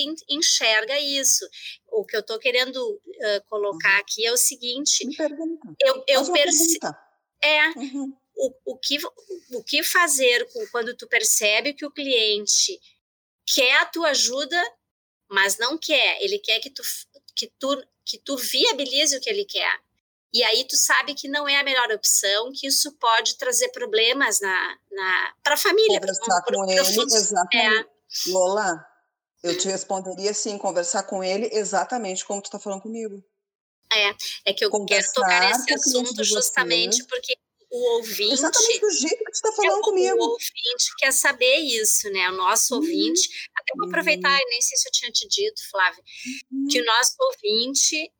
[SPEAKER 2] enxerga isso. O que eu estou querendo uh, colocar
[SPEAKER 3] Uhum.
[SPEAKER 2] aqui é o seguinte...
[SPEAKER 3] Me pergunta.
[SPEAKER 2] Eu, eu
[SPEAKER 3] Faz uma
[SPEAKER 2] perce...
[SPEAKER 3] pergunta.
[SPEAKER 2] É,
[SPEAKER 3] Uhum.
[SPEAKER 2] o, o, que, o que fazer com, quando tu percebe que o cliente quer a tua ajuda, mas não quer. Ele quer que tu, que tu, que tu viabilize o que ele quer. E aí tu sabe que não é a melhor opção, que isso pode trazer problemas na, na, para a família.
[SPEAKER 3] Conversar
[SPEAKER 2] Pro,
[SPEAKER 3] com
[SPEAKER 2] pro,
[SPEAKER 3] ele,
[SPEAKER 2] pro,
[SPEAKER 3] exatamente.
[SPEAKER 2] é.
[SPEAKER 3] Lola, eu te responderia sim, conversar com ele exatamente como tu está falando comigo.
[SPEAKER 2] É, é que eu quero tocar
[SPEAKER 3] Conversar
[SPEAKER 2] nesse
[SPEAKER 3] com o cliente
[SPEAKER 2] assunto
[SPEAKER 3] de
[SPEAKER 2] justamente
[SPEAKER 3] vocês,
[SPEAKER 2] porque o ouvinte...
[SPEAKER 3] exatamente do jeito que tu está
[SPEAKER 2] É,
[SPEAKER 3] falando
[SPEAKER 2] o, o
[SPEAKER 3] comigo.
[SPEAKER 2] ouvinte quer saber isso, né? O nosso
[SPEAKER 3] Uhum.
[SPEAKER 2] ouvinte... Até vou aproveitar,
[SPEAKER 3] Uhum.
[SPEAKER 2] nem sei se eu tinha te dito, Flávia,
[SPEAKER 3] Uhum.
[SPEAKER 2] que o nosso ouvinte,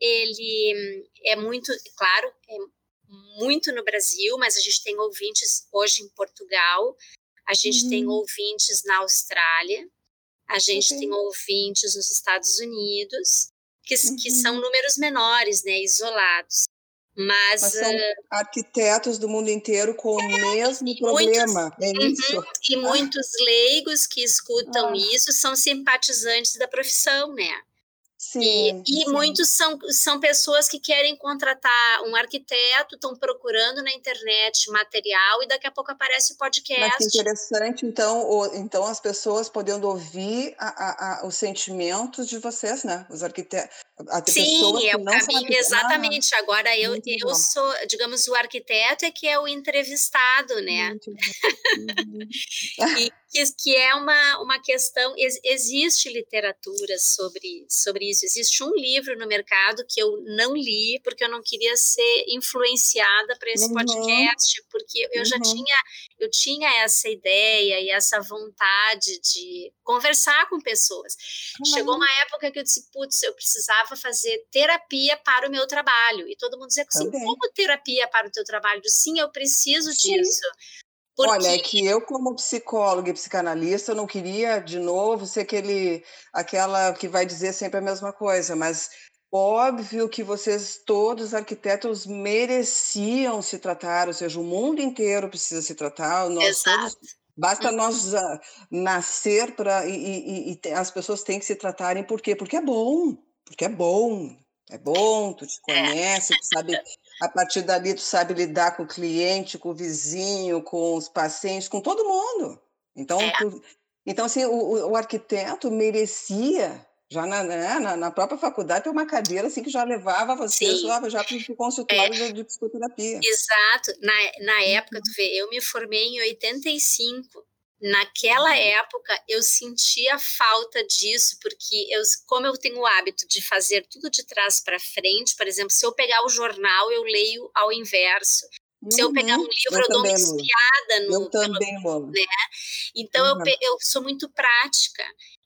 [SPEAKER 2] ele é muito... Claro, é muito no Brasil, mas a gente tem ouvintes hoje em Portugal, a gente uhum. tem ouvintes na Austrália, a gente okay. tem ouvintes nos Estados Unidos, que, uhum. que são números menores, né, isolados. Mas,
[SPEAKER 3] Mas são uh, arquitetos do mundo inteiro com é, o mesmo problema, muitos, é isso?
[SPEAKER 2] Uhum, e ah. muitos leigos que escutam
[SPEAKER 3] ah.
[SPEAKER 2] isso são simpatizantes da profissão, né?
[SPEAKER 3] Sim,
[SPEAKER 2] e e
[SPEAKER 3] sim.
[SPEAKER 2] muitos são, são pessoas que querem contratar um arquiteto, estão procurando na internet material e daqui a pouco aparece o podcast.
[SPEAKER 3] Mas que interessante, então, o, então as pessoas podendo ouvir a, a, a, os sentimentos de vocês, né? Os arquitetos.
[SPEAKER 2] Sim, é o caminho, exatamente. Ah, Agora, eu, eu sou, digamos, o arquiteto é que é o entrevistado, né? Uhum. E que, que é uma, uma questão, ex, existe literatura sobre, sobre isso, existe um livro no mercado que eu não li, porque eu não queria ser influenciada para esse uhum. podcast, porque eu uhum. já tinha, eu tinha essa ideia e essa vontade de conversar com pessoas. Uhum. Chegou uma época que eu disse, putz, eu precisava fazer terapia para o meu trabalho, e todo mundo dizia assim, como terapia para o teu trabalho? Eu disse, sim, eu preciso Sim. disso.
[SPEAKER 3] Porque... Olha, é que eu, como psicóloga e psicanalista, eu não queria, de novo, ser aquele, aquela que vai dizer sempre a mesma coisa, mas óbvio que vocês, todos arquitetos, mereciam se tratar, ou seja, o mundo inteiro precisa se tratar, nós
[SPEAKER 2] Exato.
[SPEAKER 3] todos, basta uhum. nós uh, nascer para e, e, e as pessoas têm que se tratarem, por quê? Porque é bom, porque é bom, é bom, tu te conhece, é. tu sabe... A partir dali, tu sabe lidar com o cliente, com o vizinho, com os pacientes, com todo mundo. Então,
[SPEAKER 2] é.
[SPEAKER 3] tu, então assim, o, o arquiteto merecia, já na, na, na própria faculdade, ter uma cadeira assim, que já levava você já, já para o consultório é. de, de psicoterapia.
[SPEAKER 2] Exato. Na, na época, tu vê, eu me formei em oitenta e cinco. Naquela época, eu sentia falta disso, porque eu, como eu tenho o hábito de fazer tudo de trás para frente, por exemplo, se eu pegar o jornal, eu leio ao inverso. Uhum. Se eu pegar um livro, eu, eu dou uma espiada no...
[SPEAKER 3] Eu também,
[SPEAKER 2] pelo, né? Então, uhum. eu, eu sou muito prática.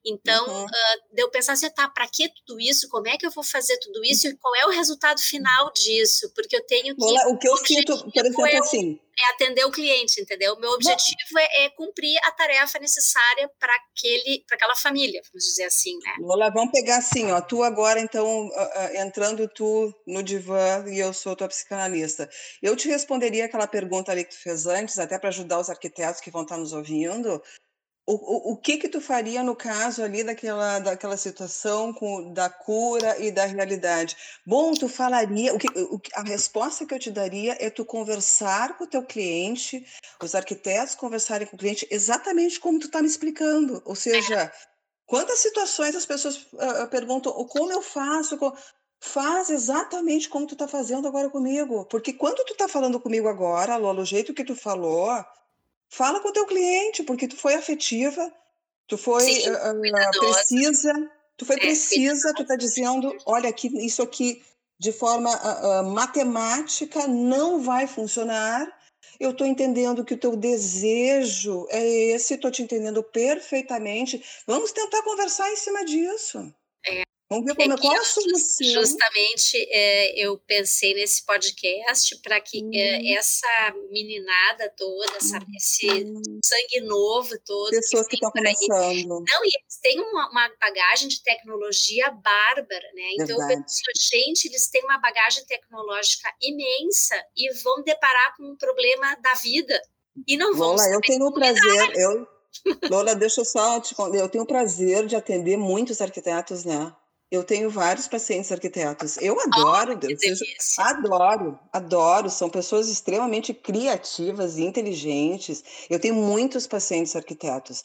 [SPEAKER 2] Então,
[SPEAKER 3] Uhum.
[SPEAKER 2] uh, de eu pensar assim, tá, para que tudo isso? Como é que eu vou fazer tudo isso? E qual é o resultado final disso? Porque eu tenho que...
[SPEAKER 3] Lola, o que eu
[SPEAKER 2] o
[SPEAKER 3] sinto, por
[SPEAKER 2] objetivo
[SPEAKER 3] exemplo,
[SPEAKER 2] é, o-
[SPEAKER 3] assim,
[SPEAKER 2] é atender o cliente, entendeu? O meu
[SPEAKER 3] va-
[SPEAKER 2] objetivo é, é cumprir a tarefa necessária para aquele, para aquela família, vamos dizer assim, né?
[SPEAKER 3] Lola, vamos pegar assim, ó, tu agora, então, ah, ah, entrando tu no divã e eu sou tua psicanalista. Eu te responderia aquela pergunta ali que tu fez antes, até para ajudar os arquitetos que vão estar nos ouvindo. O, o, o que que tu faria no caso ali daquela, daquela situação com, da cura e da realidade? Bom, tu falaria, o que, o, que- a resposta que eu te daria é tu conversar com o teu cliente, os arquitetos conversarem com o cliente exatamente como tu está me explicando. Ou seja, quantas situações as pessoas ah, ah, perguntam "Oh, como eu faço? Co-" Faz exatamente como tu está fazendo agora comigo. Porque quando tu está falando comigo agora, Lola, o jeito que tu falou, fala com o teu cliente, porque tu foi afetiva, tu foi
[SPEAKER 2] Sim,
[SPEAKER 3] ah, ah,
[SPEAKER 2] cuidadosa,
[SPEAKER 3] precisa, tu foi
[SPEAKER 2] é,
[SPEAKER 3] precisa, tu está
[SPEAKER 2] cuidadosa.
[SPEAKER 3] dizendo, olha aqui, isso aqui de forma ah, ah, matemática não vai funcionar. Eu estou entendendo que o teu desejo é esse, estou te entendendo perfeitamente. Vamos tentar conversar em cima disso. Vamos ver
[SPEAKER 2] É
[SPEAKER 3] como é,
[SPEAKER 2] que
[SPEAKER 3] qual a
[SPEAKER 2] jus-
[SPEAKER 3] solução.
[SPEAKER 2] justamente é, eu pensei nesse podcast para que é,
[SPEAKER 3] Uhum,
[SPEAKER 2] essa meninada toda, essa, esse
[SPEAKER 3] uhum.
[SPEAKER 2] sangue novo todo que
[SPEAKER 3] Pessoas que
[SPEAKER 2] vem
[SPEAKER 3] estão
[SPEAKER 2] por aí.
[SPEAKER 3] começando,
[SPEAKER 2] Não, e eles têm uma, uma bagagem de tecnologia bárbara, né? Então eu penso,
[SPEAKER 3] verdade.
[SPEAKER 2] gente, eles têm uma bagagem tecnológica imensa e vão deparar com um problema da vida e não vão
[SPEAKER 3] Lola, eu
[SPEAKER 2] saber
[SPEAKER 3] tenho o
[SPEAKER 2] como lidar.
[SPEAKER 3] prazer, eu, Lola, deixa eu só te contar, eu tenho o prazer de atender muitos arquitetos, né? Eu tenho vários pacientes arquitetos. Eu adoro,
[SPEAKER 2] Que
[SPEAKER 3] eu seja,
[SPEAKER 2] delícia.
[SPEAKER 3] adoro, adoro. São pessoas extremamente criativas e inteligentes. Eu tenho muitos pacientes arquitetos.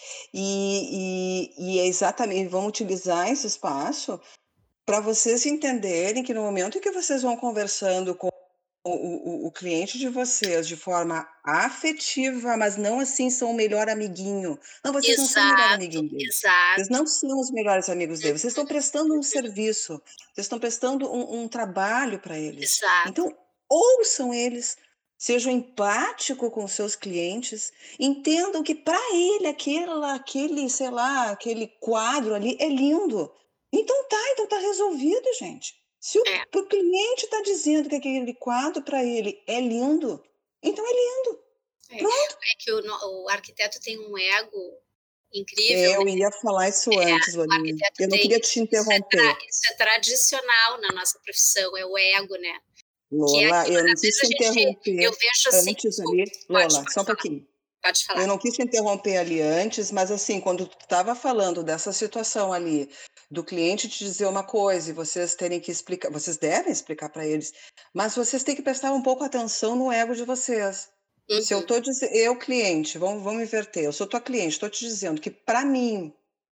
[SPEAKER 3] E, e, e é exatamente, vamos utilizar esse espaço para vocês entenderem que no momento em que vocês vão conversando com o, o, o cliente de vocês de forma afetiva, mas não assim são o melhor amiguinho. Não, vocês não são o melhor
[SPEAKER 2] Exato,
[SPEAKER 3] amiguinho dele. Vocês
[SPEAKER 2] exato.
[SPEAKER 3] não são os melhores amigos dele. Vocês estão prestando um
[SPEAKER 2] Uhum.
[SPEAKER 3] serviço, vocês estão prestando um, um trabalho para eles.
[SPEAKER 2] Exato,
[SPEAKER 3] Então, ouçam eles, sejam empáticos com os seus clientes, entendam que para ele aquela, aquele, sei lá, aquele quadro ali é lindo. Então tá, então tá resolvido, gente. Se o,
[SPEAKER 2] é.
[SPEAKER 3] o cliente está dizendo que aquele quadro para ele é lindo, então é lindo.
[SPEAKER 2] É,
[SPEAKER 3] Pronto.
[SPEAKER 2] é que o, no- o arquiteto tem um ego incrível,
[SPEAKER 3] É,
[SPEAKER 2] né?
[SPEAKER 3] eu ia falar isso antes,
[SPEAKER 2] O
[SPEAKER 3] Lolinha.
[SPEAKER 2] arquiteto
[SPEAKER 3] Eu não
[SPEAKER 2] tem
[SPEAKER 3] queria
[SPEAKER 2] isso,
[SPEAKER 3] te
[SPEAKER 2] isso é, tra-
[SPEAKER 3] interromper.
[SPEAKER 2] isso é tradicional na nossa profissão, é o ego, né? Que é
[SPEAKER 3] Lola,
[SPEAKER 2] aquilo,
[SPEAKER 3] eu não
[SPEAKER 2] às
[SPEAKER 3] quis
[SPEAKER 2] vezes a
[SPEAKER 3] te
[SPEAKER 2] gente, eu
[SPEAKER 3] interromper
[SPEAKER 2] vejo assim,
[SPEAKER 3] antes
[SPEAKER 2] desculpa,
[SPEAKER 3] ali.
[SPEAKER 2] pode,
[SPEAKER 3] Lola, só
[SPEAKER 2] pode
[SPEAKER 3] um
[SPEAKER 2] falar,
[SPEAKER 3] pouquinho.
[SPEAKER 2] pode
[SPEAKER 3] Eu
[SPEAKER 2] falar.
[SPEAKER 3] não quis te interromper ali antes, mas assim, quando tu estava falando dessa situação ali, do cliente te dizer uma coisa e vocês terem que explicar, vocês devem explicar para eles, mas vocês têm que prestar um pouco atenção no ego de vocês. Se eu
[SPEAKER 2] Uhum,
[SPEAKER 3] tô dizendo, eu cliente, vamos, vamos inverter, eu sou tua cliente, estou te dizendo que para mim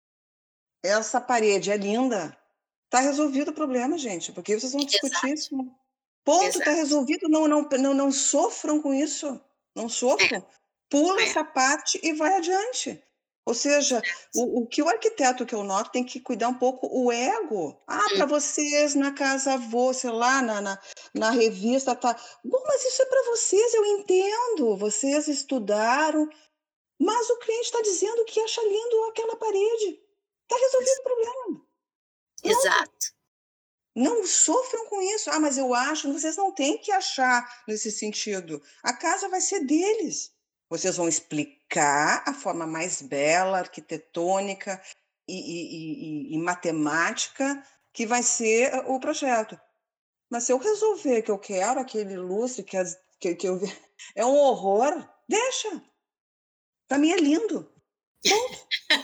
[SPEAKER 3] essa parede é linda, tá resolvido o problema, gente, porque vocês vão discutir
[SPEAKER 2] exato,
[SPEAKER 3] isso. Ponto, tá
[SPEAKER 2] exato.
[SPEAKER 3] resolvido, não, não, não, não sofram com isso, não sofram. Pula
[SPEAKER 2] É, é,
[SPEAKER 3] essa parte e vai adiante. Ou seja, o, o que o arquiteto que eu noto tem que cuidar um pouco o ego. Ah,
[SPEAKER 2] hum,
[SPEAKER 3] para vocês na casa avô, sei lá, na, na, na revista, tá. Bom, mas isso é para vocês, eu entendo. Vocês estudaram, mas o cliente está dizendo que acha lindo aquela parede. Está resolvido
[SPEAKER 2] ex-
[SPEAKER 3] o problema. Pronto.
[SPEAKER 2] exato.
[SPEAKER 3] Não sofram com isso. Ah, mas eu acho. Vocês não têm que achar nesse sentido. A casa vai ser deles. Vocês vão explicar a forma mais bela, arquitetônica e, e, e, e matemática que vai ser o projeto. Mas se eu resolver que eu quero aquele lustre, que, as- que, que eu... é um horror, deixa. Para mim é lindo. Pronto.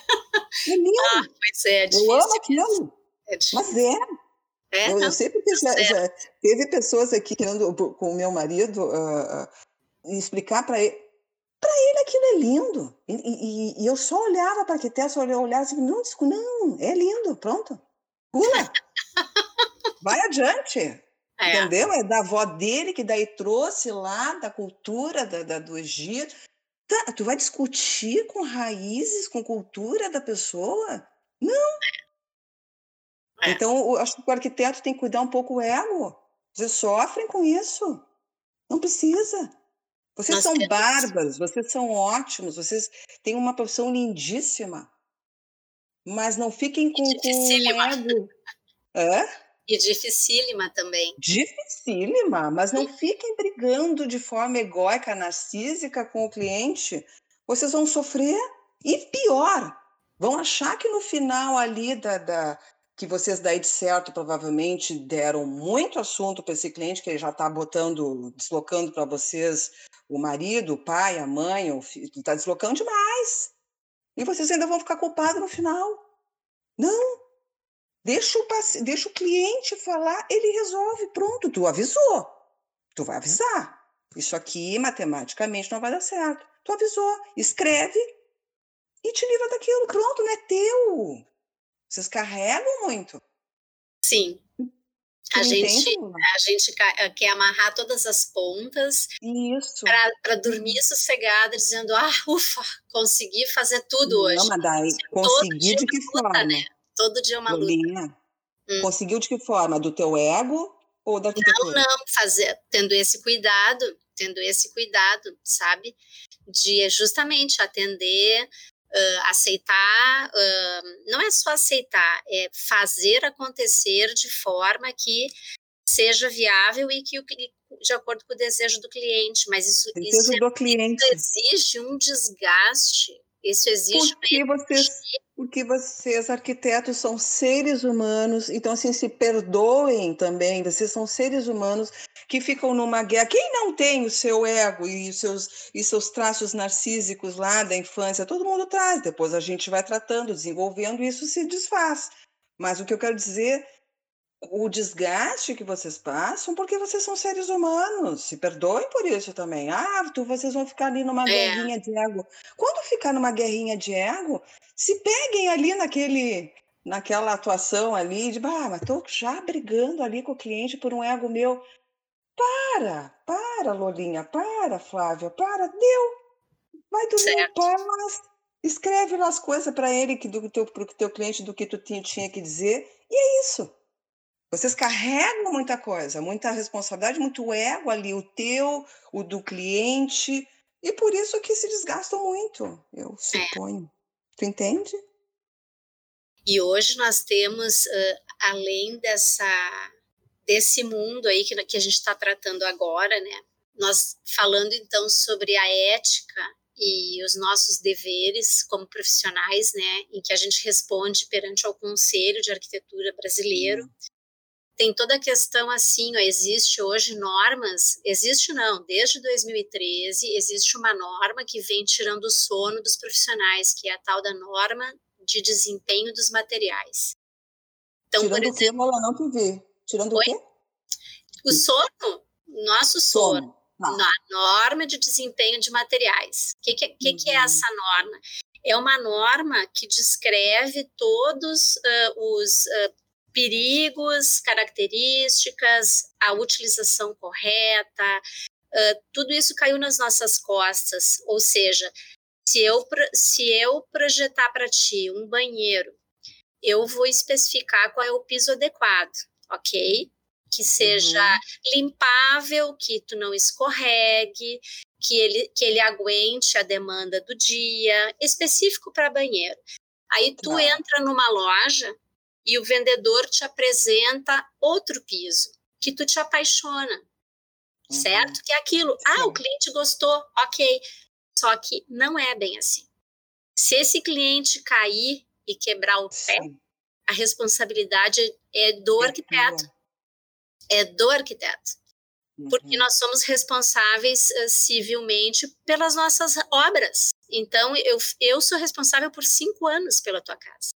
[SPEAKER 3] É
[SPEAKER 2] Ah,
[SPEAKER 3] lindo.
[SPEAKER 2] pois é, é
[SPEAKER 3] Eu amo
[SPEAKER 2] difícil mesmo,
[SPEAKER 3] aquilo.
[SPEAKER 2] é
[SPEAKER 3] Mas é.
[SPEAKER 2] difícil. É,
[SPEAKER 3] Eu, eu
[SPEAKER 2] não,
[SPEAKER 3] sei porque
[SPEAKER 2] tá
[SPEAKER 3] já, já
[SPEAKER 2] certo.
[SPEAKER 3] teve pessoas aqui querendo, por- com o meu marido, ah, ah, explicar para ele. Para ele aquilo é lindo. E, e- e eu só olhava para a arquiteta, só olhava assim, não, desculpa, não, é lindo, pronto. Pula, vai adiante.
[SPEAKER 2] É,
[SPEAKER 3] Entendeu? É da avó dele que daí trouxe lá da cultura da, da- do Egito. Tá, tu vai discutir com raízes, com cultura da pessoa?
[SPEAKER 2] é.
[SPEAKER 3] Então, eu acho que o arquiteto tem que cuidar um pouco o ego. Vocês sofrem com isso. Não precisa. Vocês
[SPEAKER 2] Nós
[SPEAKER 3] são
[SPEAKER 2] temos
[SPEAKER 3] bárbaros, vocês são ótimos, vocês têm uma profissão lindíssima. mas não fiquem com,
[SPEAKER 2] E
[SPEAKER 3] com um
[SPEAKER 2] dificílima.
[SPEAKER 3] ego. Hã?
[SPEAKER 2] E dificílima também.
[SPEAKER 3] Dificílima, mas não
[SPEAKER 2] Hum.
[SPEAKER 3] fiquem brigando de forma egóica, narcísica com o cliente. Vocês vão sofrer e pior, vão achar que no final ali da, da que vocês daí de certo provavelmente deram muito assunto para esse cliente que ele já está botando, deslocando para vocês o marido, o pai, a mãe, o filho, está deslocando demais. E vocês ainda vão ficar culpados no final. Não. Deixa o, paci... Deixa o cliente falar, ele resolve, pronto, tu avisou. Tu vai avisar. Isso aqui, matematicamente, não vai dar certo. Tu avisou, escreve e te livra daquilo. Pronto, não é teu. Vocês carregam muito.
[SPEAKER 2] Sim.
[SPEAKER 3] Tu
[SPEAKER 2] A gente,
[SPEAKER 3] entende?
[SPEAKER 2] a gente quer amarrar todas as pontas para dormir sossegada, dizendo, ah, ufa, consegui fazer tudo
[SPEAKER 3] não,
[SPEAKER 2] hoje.
[SPEAKER 3] Não, mas daí, conseguir de que
[SPEAKER 2] luta,
[SPEAKER 3] forma?
[SPEAKER 2] Né? Todo dia é uma
[SPEAKER 3] Lolinha,
[SPEAKER 2] luta. Hum.
[SPEAKER 3] Conseguiu de que forma? Do teu ego ou da arquitetura?
[SPEAKER 2] Não, não, fazer, tendo esse cuidado, tendo esse cuidado, sabe? De justamente atender, uh, aceitar, uh, não é só aceitar, é fazer acontecer de forma que seja viável e que o de acordo com o desejo do cliente, mas isso,
[SPEAKER 3] desejo
[SPEAKER 2] isso,
[SPEAKER 3] do cliente.
[SPEAKER 2] isso exige um desgaste, isso exige
[SPEAKER 3] porque vocês, porque vocês, arquitetos, são seres humanos, então assim, se perdoem também, vocês são seres humanos que ficam numa guerra. Quem não tem o seu ego e os seus, e seus traços narcísicos lá da infância, todo mundo traz, depois a gente vai tratando, desenvolvendo, e isso se desfaz. Mas o que eu quero dizer, o desgaste que vocês passam, porque vocês são seres humanos, se perdoem por isso também. Ah, tu, vocês vão ficar ali numa é. guerrinha de ego. Quando ficar numa guerrinha de ego, se peguem ali naquele, naquela atuação ali, de, ah, mas tô já brigando ali com o cliente por um ego meu. Para, para, Lolinha, para, Flávia, para, deu. Vai dormir em paz, escreve lá as coisas para ele, que do teu, pro teu cliente, do que tu tinha, tinha que dizer, e é isso. Vocês carregam muita coisa, muita responsabilidade, muito ego ali, o teu, o do cliente, e por isso que se desgastam muito, eu suponho. É. Tu entende?
[SPEAKER 2] E hoje nós temos, uh, além dessa, desse mundo aí que, que a gente está tratando agora, né? Nós falando então sobre a ética e os nossos deveres como profissionais, né? Em que a gente responde perante ao Conselho de Arquitetura Brasileiro. Hum. Tem toda a questão assim, ó, existe hoje normas, existe não, desde dois mil e treze existe uma norma que vem tirando o sono dos profissionais, que é a tal da norma de desempenho dos materiais.
[SPEAKER 3] Então, tirando por exemplo, o quê, Mola? Não te vi. Tirando Oi? o quê?
[SPEAKER 2] O sono, nosso sono, sono. Ah. Na norma de desempenho de materiais. O que, que, que, uhum. que é essa norma? É uma norma que descreve todos uh, os... Uh, perigos, características, a utilização correta, uh, tudo isso caiu nas nossas costas, ou seja, se eu, se eu projetar para ti um banheiro, eu vou especificar qual é o piso adequado, ok? Que seja uhum. limpável, que tu não escorregue, que ele, que ele aguente a demanda do dia, específico para banheiro. Aí tu ah. entra numa loja e o vendedor te apresenta outro piso, que tu te apaixona, uhum. certo? Que é aquilo, Sim. ah, o cliente gostou, ok. Só que não é bem assim. Se esse cliente cair e quebrar o Sim. pé, a responsabilidade é do é arquiteto. Tua. É do arquiteto. Uhum. Porque nós somos responsáveis uh, civilmente pelas nossas obras. Então, eu, eu sou responsável por cinco anos pela tua casa.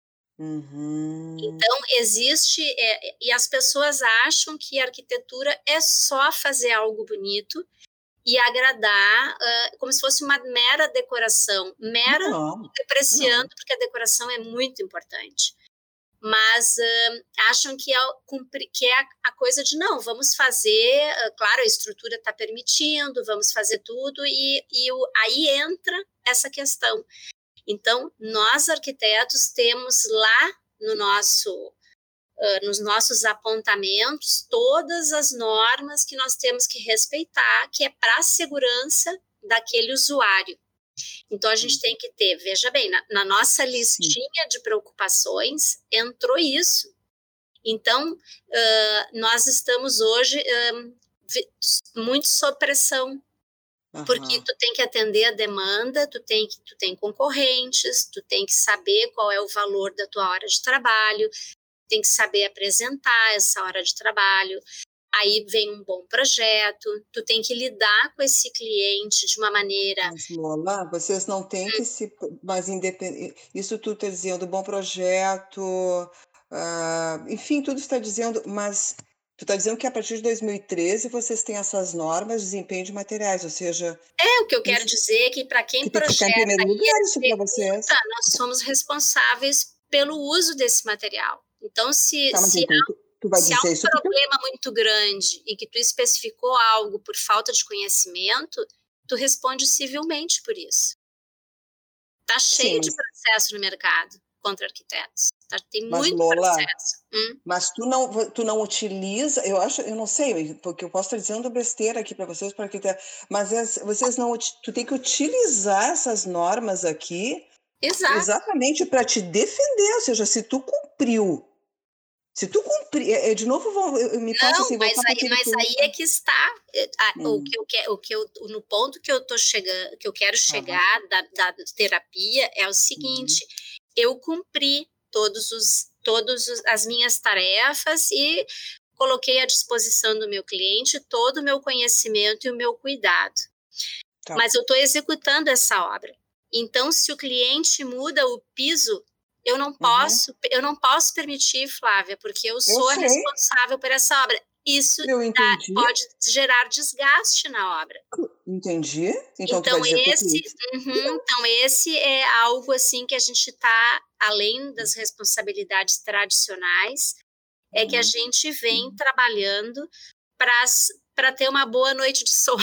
[SPEAKER 3] Uhum.
[SPEAKER 2] Então, existe, é, e as pessoas acham que a arquitetura é só fazer algo bonito e agradar, uh, como se fosse uma mera decoração, mera
[SPEAKER 3] não,
[SPEAKER 2] depreciando,
[SPEAKER 3] não.
[SPEAKER 2] porque a decoração é muito importante. Mas uh, acham que é, que é a coisa de, não, vamos fazer, uh, claro, a estrutura está permitindo, vamos fazer tudo, e, e o, aí entra essa questão. Então, nós arquitetos temos lá no nosso, uh, nos nossos apontamentos todas as normas que nós temos que respeitar, que é para a segurança daquele usuário, Então, a gente tem que ter, veja bem, na, na nossa listinha de preocupações, entrou isso. Então, uh, nós estamos hoje uh, muito sob pressão, uhum. porque tu tem que atender a demanda, tu tem, que, tu tem concorrentes, tu tem que saber qual é o valor da tua hora de trabalho, tem que saber apresentar essa hora de trabalho. Aí vem um bom projeto, tu tem que lidar com esse cliente de uma maneira...
[SPEAKER 3] Mas, Lola, vocês não têm que se... Mas independ... Isso tu está dizendo, bom projeto, uh, enfim, tudo está dizendo, mas tu está dizendo que a partir de dois mil e treze vocês têm essas normas de desempenho de materiais, ou seja...
[SPEAKER 2] É, o que eu quero isso... dizer é que para quem
[SPEAKER 3] que
[SPEAKER 2] projeta...
[SPEAKER 3] Tem que ficar em primeiro lugar isso para vocês.
[SPEAKER 2] Nós somos responsáveis pelo uso desse material. Então, se...
[SPEAKER 3] Tá,
[SPEAKER 2] se
[SPEAKER 3] então, tu... Tu vai
[SPEAKER 2] Se
[SPEAKER 3] dizer
[SPEAKER 2] há um
[SPEAKER 3] isso
[SPEAKER 2] problema
[SPEAKER 3] porque...
[SPEAKER 2] muito grande e que tu especificou algo por falta de conhecimento, tu responde civilmente por isso. Tá cheio Sim, mas... de processo no mercado contra arquitetos. Tá, tem
[SPEAKER 3] mas,
[SPEAKER 2] muito
[SPEAKER 3] Lola,
[SPEAKER 2] processo. Hum?
[SPEAKER 3] Mas tu não, tu não utiliza, eu acho, eu não sei, porque eu posso estar dizendo besteira aqui para vocês, para arquitetos, mas é, vocês não, tu tem que utilizar essas normas aqui
[SPEAKER 2] Exato.
[SPEAKER 3] exatamente para te defender, ou seja, se tu cumpriu. Se tu cumprir, de novo, eu me faço assim,
[SPEAKER 2] mas, aí,
[SPEAKER 3] aquele
[SPEAKER 2] mas
[SPEAKER 3] que...
[SPEAKER 2] aí é que está a,
[SPEAKER 3] hum.
[SPEAKER 2] o que eu quero, o que eu, no ponto que eu tô chegando, que eu quero chegar uhum. da, da terapia é o seguinte: uhum. eu cumpri todos os, todos os, as minhas tarefas e coloquei à disposição do meu cliente todo o meu conhecimento e o meu cuidado. Tá. Mas eu estou executando essa obra. Então, se o cliente muda o piso, eu não posso, uhum. eu não posso permitir, Flávia, porque eu sou eu a responsável por essa obra. Isso dá, pode gerar desgaste na obra.
[SPEAKER 3] Entendi. Então,
[SPEAKER 2] então
[SPEAKER 3] tu vai dizer
[SPEAKER 2] esse, uhum, então esse é algo assim que a gente está além das responsabilidades tradicionais, é uhum. que a gente vem uhum. trabalhando para ter uma boa noite de sono.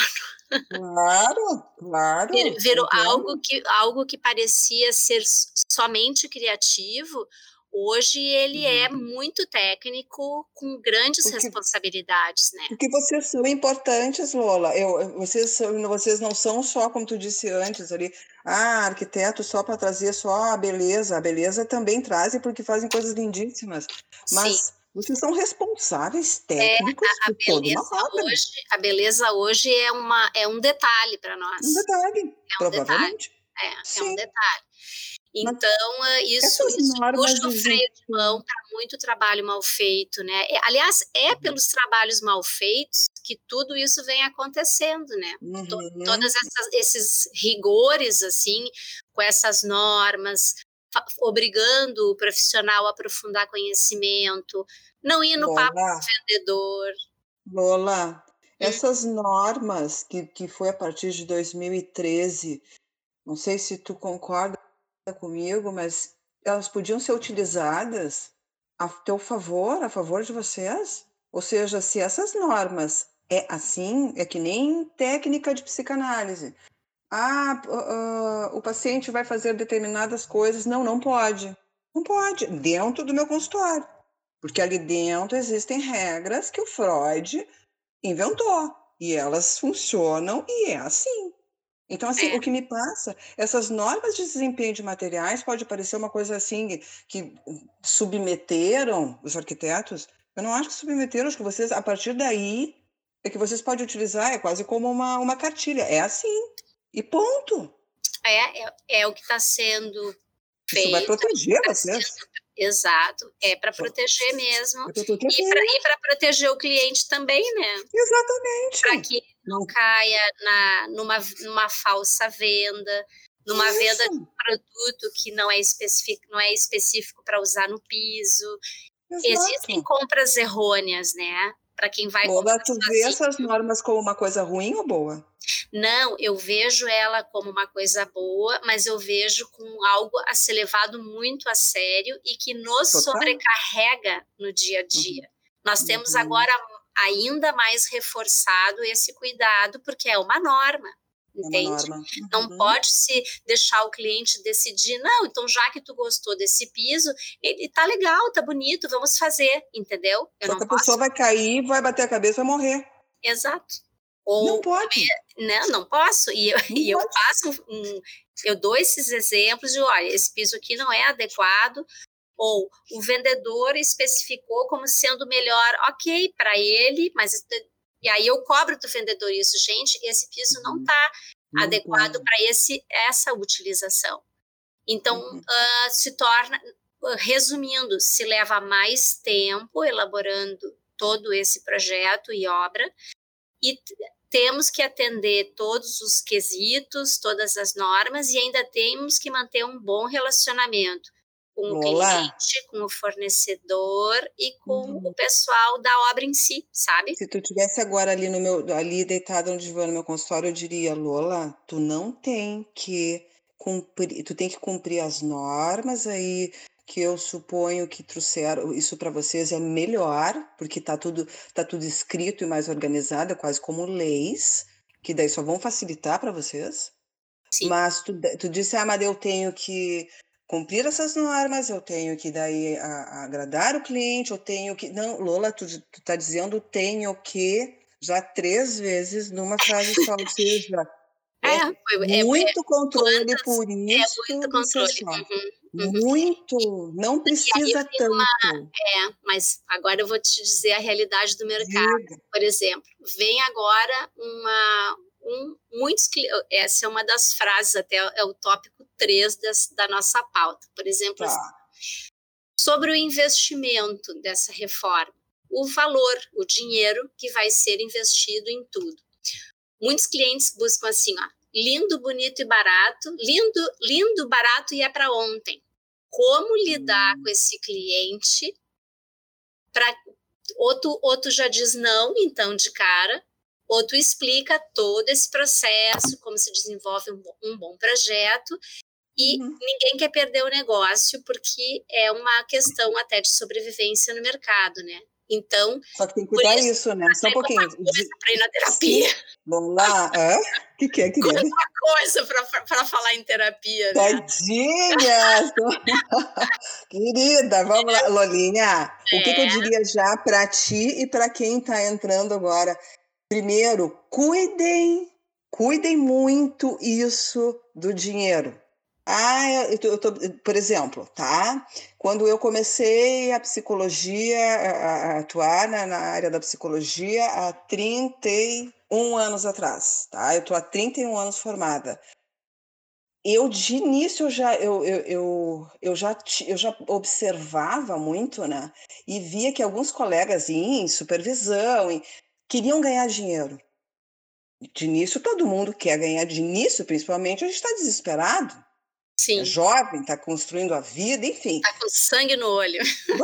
[SPEAKER 3] Claro, claro.
[SPEAKER 2] Vir, virou algo que, algo que parecia ser somente criativo, hoje ele uhum. é muito técnico, com grandes porque, responsabilidades, né?
[SPEAKER 3] Porque vocês são importantes, Lola. Eu, vocês, vocês não são só, como tu disse antes, ali, ah, arquiteto só para trazer só a beleza. A beleza também trazem porque fazem coisas lindíssimas. Mas... Sim. Vocês são responsáveis técnicos
[SPEAKER 2] é, a, a
[SPEAKER 3] por toda uma obra.
[SPEAKER 2] Hoje, a beleza hoje é, uma, é um detalhe para nós.
[SPEAKER 3] Um detalhe, é um provavelmente.
[SPEAKER 2] Detalhe. É, é um detalhe. Então, Mas isso, isso puxa o freio de mão para muito trabalho mal feito, né? Aliás, é pelos trabalhos mal feitos que tudo isso vem acontecendo, né? Uhum. Todos esses rigores, assim, com essas normas, obrigando o profissional a aprofundar conhecimento, não ir no
[SPEAKER 3] Lola,
[SPEAKER 2] papo do vendedor.
[SPEAKER 3] Lola, hum. essas
[SPEAKER 2] Hum.
[SPEAKER 3] normas que, que foi a partir de dois mil e treze, não sei se tu concorda comigo, mas elas podiam ser utilizadas a teu favor, a favor de vocês? Ou seja, se essas normas é assim, é que nem técnica de psicanálise. Ah, uh, uh, o paciente vai fazer determinadas coisas. Não, não pode. Não pode. Dentro do meu consultório. Porque ali dentro existem regras que o Freud inventou. E elas funcionam e é assim. Então, assim, é. o que me passa, essas normas de desempenho de materiais pode parecer uma coisa assim, que submeteram os arquitetos. Eu não acho que submeteram, acho que vocês, a partir daí, é que vocês podem utilizar, é quase como uma, uma cartilha. É assim. E ponto.
[SPEAKER 2] É, é, é o que está sendo feito.
[SPEAKER 3] Isso vai proteger
[SPEAKER 2] tá
[SPEAKER 3] vocês.
[SPEAKER 2] Sendo, exato. É para proteger mesmo.
[SPEAKER 3] É proteger.
[SPEAKER 2] E para proteger o cliente também, né?
[SPEAKER 3] Exatamente.
[SPEAKER 2] Para que não caia na, numa, numa falsa venda, numa Isso. venda de um produto que não é específico, não é específico para usar no piso. Exato. Existem compras errôneas, né? Para quem vai
[SPEAKER 3] Lola, tu vê essas normas como uma coisa ruim ou boa?
[SPEAKER 2] Não, eu vejo ela como uma coisa boa, mas eu vejo com algo a ser levado muito a sério e que nos Total. sobrecarrega no dia a dia. Uhum. Nós temos uhum. agora ainda mais reforçado esse cuidado, porque é uma norma. Entende? Uhum. Não pode se deixar o cliente decidir, não, então já que tu gostou desse piso, ele tá legal, tá bonito, vamos fazer, entendeu?
[SPEAKER 3] Eu Só não que a posso... pessoa vai cair, vai bater a cabeça e vai morrer.
[SPEAKER 2] Exato. Ou,
[SPEAKER 3] não pode.
[SPEAKER 2] Não, não posso. E eu,
[SPEAKER 3] não
[SPEAKER 2] e eu
[SPEAKER 3] pode.
[SPEAKER 2] faço um, eu dou esses exemplos de, olha, esse piso aqui não é adequado, ou o vendedor especificou como sendo melhor, ok, para ele, mas e aí eu cobro do vendedor isso, gente, esse piso não está
[SPEAKER 3] não
[SPEAKER 2] adequado para esse essa utilização. Então,
[SPEAKER 3] uhum.
[SPEAKER 2] uh, se torna, uh, resumindo, se leva mais tempo elaborando todo esse projeto e obra, e temos que atender todos os quesitos, todas as normas, e ainda temos que manter um bom relacionamento com o
[SPEAKER 3] Lola.
[SPEAKER 2] cliente, com o fornecedor e com
[SPEAKER 3] uhum.
[SPEAKER 2] o pessoal da obra em si, sabe?
[SPEAKER 3] Se tu tivesse agora ali no meu, ali deitada onde vou no meu consultório, eu diria, Lola, tu não tem que cumprir, tu tem que cumprir as normas aí que eu suponho que trouxeram isso para vocês é melhor, porque tá tudo tá tudo escrito e mais organizado, é quase como leis, que daí só vão facilitar para vocês.
[SPEAKER 2] Sim.
[SPEAKER 3] Mas tu, tu disse, ah, mas eu tenho que cumprir essas normas, eu tenho que daí a, a agradar o cliente, eu tenho que... Não, Lola, tu, tu tá dizendo tenho que já três vezes numa frase só, ou seja, é,
[SPEAKER 2] é,
[SPEAKER 3] muito
[SPEAKER 2] é,
[SPEAKER 3] controle,
[SPEAKER 2] quantas,
[SPEAKER 3] por isso
[SPEAKER 2] é muito
[SPEAKER 3] você
[SPEAKER 2] controle.
[SPEAKER 3] só.
[SPEAKER 2] Uhum, uhum.
[SPEAKER 3] Muito, não precisa tanto.
[SPEAKER 2] Uma, é, mas agora eu vou te dizer a realidade do mercado.
[SPEAKER 3] Diga.
[SPEAKER 2] Por exemplo, vem agora uma... Um, muitos, essa é uma das frases, até é o tópico três das, da nossa pauta. Por exemplo,
[SPEAKER 3] Tá.
[SPEAKER 2] assim, sobre o investimento dessa reforma, o valor, o dinheiro que vai ser investido em tudo. Muitos clientes buscam assim, ó, lindo, bonito e barato, lindo, lindo, barato e é para ontem. Como lidar hum. com esse cliente? Pra, outro, outro já diz não, então, de cara. Outro explica todo esse processo, como se desenvolve um bom, um bom projeto, e uhum. ninguém quer perder o negócio, porque é uma questão até de sobrevivência no mercado, né? Então...
[SPEAKER 3] Só que tem que cuidar isso, isso, né? Só um pouquinho.
[SPEAKER 2] Para ir na terapia.
[SPEAKER 3] Sim. Vamos lá. O que, que é, querida?
[SPEAKER 2] Outra coisa para falar em terapia, né?
[SPEAKER 3] Tadinha! Querida, vamos lá. Lolinha, é. o que, que eu diria já para ti e para quem está entrando agora? Primeiro, cuidem, cuidem muito isso do dinheiro. Ah, eu tô, eu tô, por exemplo, tá? Quando eu comecei a psicologia, a, a atuar na, na área da psicologia há trinta e um anos atrás, tá? Eu tô há trinta e um anos formada. Eu, de início, eu já, eu, eu, eu, eu, já, eu já observava muito, né? E via que alguns colegas em supervisão em, queriam ganhar dinheiro. De início, todo mundo quer ganhar de início, principalmente, a gente está desesperado.
[SPEAKER 2] Sim.
[SPEAKER 3] É jovem, está construindo a vida, enfim.
[SPEAKER 2] Está com sangue no olho.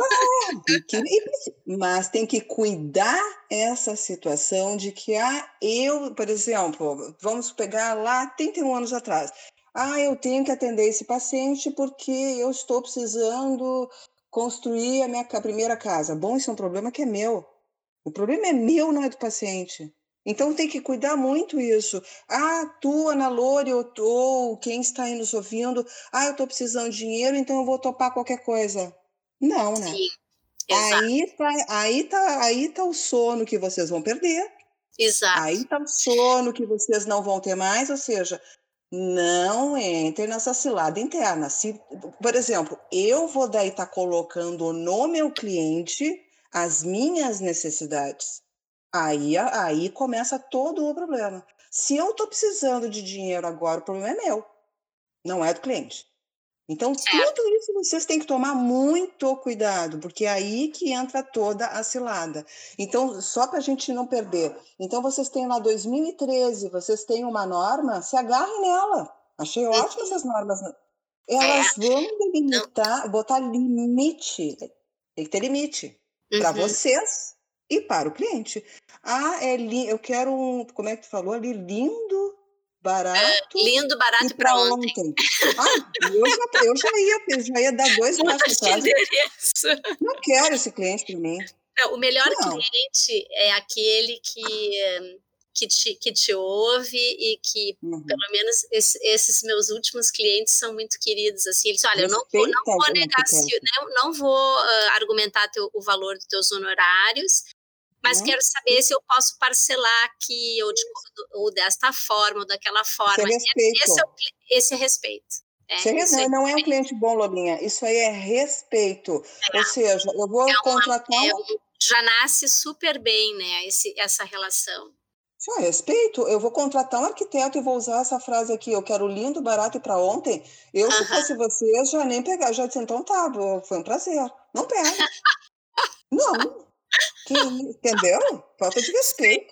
[SPEAKER 3] Mas tem que cuidar essa situação de que, ah, eu, por exemplo, vamos pegar lá trinta e um anos atrás. Ah, eu tenho que atender esse paciente porque eu estou precisando construir a minha primeira casa. Bom, isso é um problema que é meu. O problema é meu, não é do paciente. Então tem que cuidar muito isso. Ah, tu, Ana Lore, ou, ou quem está aí nos ouvindo, ah, eu estou precisando de dinheiro, então eu vou topar qualquer coisa. Não, né?
[SPEAKER 2] Sim, exato.
[SPEAKER 3] Aí tá, aí tá, aí tá o sono que vocês vão perder.
[SPEAKER 2] Exato.
[SPEAKER 3] Aí tá o sono que vocês não vão ter mais, ou seja, não entre nessa cilada interna. Se, por exemplo, eu vou daí estar tá colocando no meu cliente as minhas necessidades. Aí, aí começa todo o problema. Se eu estou precisando de dinheiro agora, o problema é meu, não é do cliente. Então,
[SPEAKER 2] certo.
[SPEAKER 3] Tudo isso vocês têm que tomar muito cuidado, porque é aí que entra toda a cilada. Então, só para a gente não perder. Então, vocês têm lá dois mil e treze, vocês têm uma norma, se agarrem nela. Achei uhum. ótimo essas normas. Elas é. vão delimitar, não. botar limite. Tem que ter limite uhum. para vocês e para o cliente. Ah, é li... eu quero um, como é que tu falou ali? Lindo, barato.
[SPEAKER 2] É, lindo, barato e para ontem. ontem.
[SPEAKER 3] Ah, eu já, eu já, ia, eu já ia dar dois passos atrás. Não quero esse cliente para mim.
[SPEAKER 2] Não, o melhor não. cliente é aquele que, que, te, que te ouve e que, uhum. pelo menos, esse, esses meus últimos clientes são muito queridos. Assim, eles olha, eu não vou, não vou negar, não, não vou uh, argumentar teu, o valor dos teus honorários, mas
[SPEAKER 3] Hum?
[SPEAKER 2] quero saber se eu posso parcelar aqui, ou, de, ou desta forma, ou daquela forma.
[SPEAKER 3] Isso é respeito.
[SPEAKER 2] Esse é, o, esse é respeito. É,
[SPEAKER 3] Isso aí
[SPEAKER 2] isso
[SPEAKER 3] não,
[SPEAKER 2] é
[SPEAKER 3] não é um cliente bom, Lobinha. Isso aí é respeito. Ou seja, eu vou
[SPEAKER 2] é uma,
[SPEAKER 3] contratar
[SPEAKER 2] é
[SPEAKER 3] um...
[SPEAKER 2] um, já nasce super bem, né, esse, essa relação.
[SPEAKER 3] Isso é respeito. Eu vou contratar um arquiteto e vou usar essa frase aqui. Eu quero lindo, barato e para ontem. Eu, se
[SPEAKER 2] Aham.
[SPEAKER 3] fosse você, já nem pegar. Já disse, então tá, vou- foi um prazer. Não pega. Não. Que, entendeu? Falta de respeito.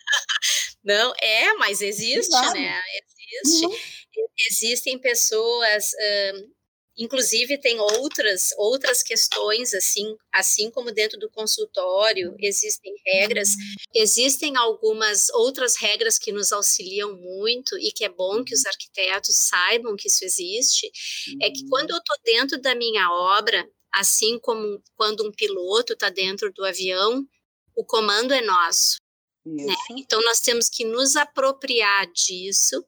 [SPEAKER 2] Não, é, mas existe,
[SPEAKER 3] Exato.
[SPEAKER 2] né? Existe.
[SPEAKER 3] Uhum.
[SPEAKER 2] Existem pessoas, hum, inclusive tem outras outras questões, assim, assim como dentro do consultório existem regras, existem algumas outras regras que nos auxiliam muito e que é bom que os arquitetos saibam que isso existe, é que quando eu estou dentro da minha obra, assim como quando um piloto está dentro do avião, o comando é nosso. Né?
[SPEAKER 3] Isso.
[SPEAKER 2] Então, nós temos que nos apropriar disso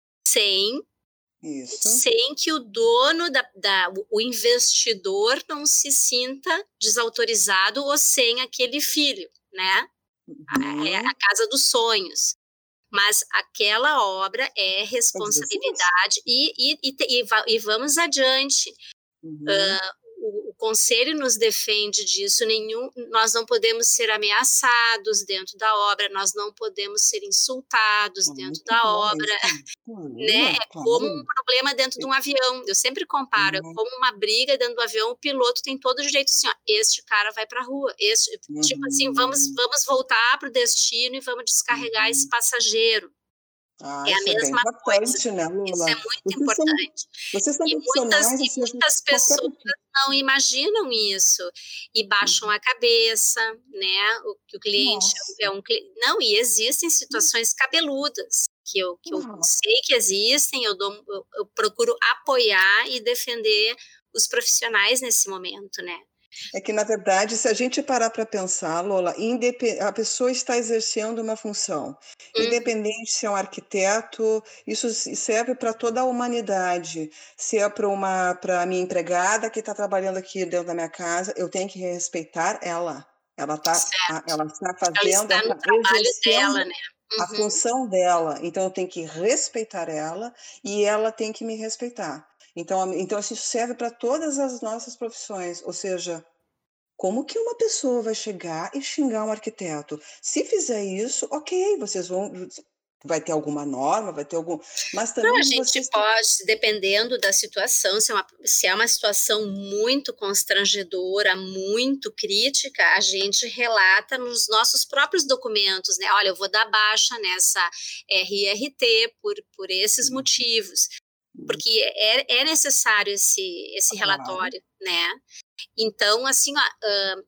[SPEAKER 2] sem,
[SPEAKER 3] Isso.
[SPEAKER 2] sem que o dono, da, da, o investidor não se sinta desautorizado ou sem aquele filho, né?
[SPEAKER 3] Uhum.
[SPEAKER 2] É a casa dos sonhos. Mas aquela obra é responsabilidade e, e, e, e, e vamos adiante.
[SPEAKER 3] Uhum.
[SPEAKER 2] Uh, o, o conselho nos defende disso, nenhum, nós não podemos ser ameaçados dentro da obra, nós não podemos ser insultados
[SPEAKER 3] É
[SPEAKER 2] dentro
[SPEAKER 3] muito
[SPEAKER 2] da
[SPEAKER 3] bom
[SPEAKER 2] obra,
[SPEAKER 3] isso. Claro,
[SPEAKER 2] né? É
[SPEAKER 3] claro.
[SPEAKER 2] como um problema dentro de um avião. Eu sempre comparo, é
[SPEAKER 3] Uhum.
[SPEAKER 2] como uma briga dentro do avião, o piloto tem todo o direito assim, ó, este cara vai para a rua, este,
[SPEAKER 3] Uhum.
[SPEAKER 2] tipo assim, vamos, vamos voltar para o destino e vamos descarregar
[SPEAKER 3] Uhum.
[SPEAKER 2] esse passageiro.
[SPEAKER 3] Ah,
[SPEAKER 2] É a
[SPEAKER 3] isso é bem
[SPEAKER 2] mesma coisa.
[SPEAKER 3] importante, né,
[SPEAKER 2] Isso é
[SPEAKER 3] Lula?
[SPEAKER 2] muito
[SPEAKER 3] Vocês são,
[SPEAKER 2] importante.
[SPEAKER 3] vocês são
[SPEAKER 2] E muitas,
[SPEAKER 3] profissionais, ou
[SPEAKER 2] e
[SPEAKER 3] seja,
[SPEAKER 2] muitas
[SPEAKER 3] qualquer
[SPEAKER 2] pessoas
[SPEAKER 3] pessoa.
[SPEAKER 2] não imaginam isso e baixam a cabeça, né? O que o cliente
[SPEAKER 3] Nossa.
[SPEAKER 2] é um cliente. Não, e existem situações cabeludas que eu, que eu
[SPEAKER 3] Uau.
[SPEAKER 2] sei que existem, eu, dou, eu, eu procuro apoiar e defender os profissionais nesse momento, né?
[SPEAKER 3] É que, na verdade, se a gente parar para pensar, Lola, independ... a pessoa está exercendo uma função.
[SPEAKER 2] Uhum.
[SPEAKER 3] Independente se é um arquiteto, isso serve para toda a humanidade. Se é para uma para a minha empregada que está trabalhando aqui dentro da minha casa, eu tenho que respeitar ela. Ela está ela está fazendo,
[SPEAKER 2] ela está no trabalho dela, né? Uhum.
[SPEAKER 3] A função dela. Então, eu tenho que respeitar ela e ela tem que me respeitar. Então, então isso serve para todas as nossas profissões, ou seja, como que uma pessoa vai chegar e xingar um arquiteto? Se fizer isso, ok, vocês vão, vai ter alguma norma, vai ter algum, mas também
[SPEAKER 2] Não, a gente
[SPEAKER 3] vocês...
[SPEAKER 2] pode, dependendo da situação, se é, uma, se é uma situação muito constrangedora, muito crítica, a gente relata nos nossos próprios documentos, né? Olha, eu vou dar baixa nessa R R T por, por esses motivos, porque é, é necessário esse, esse relatório, né? Então, assim, ó, uh,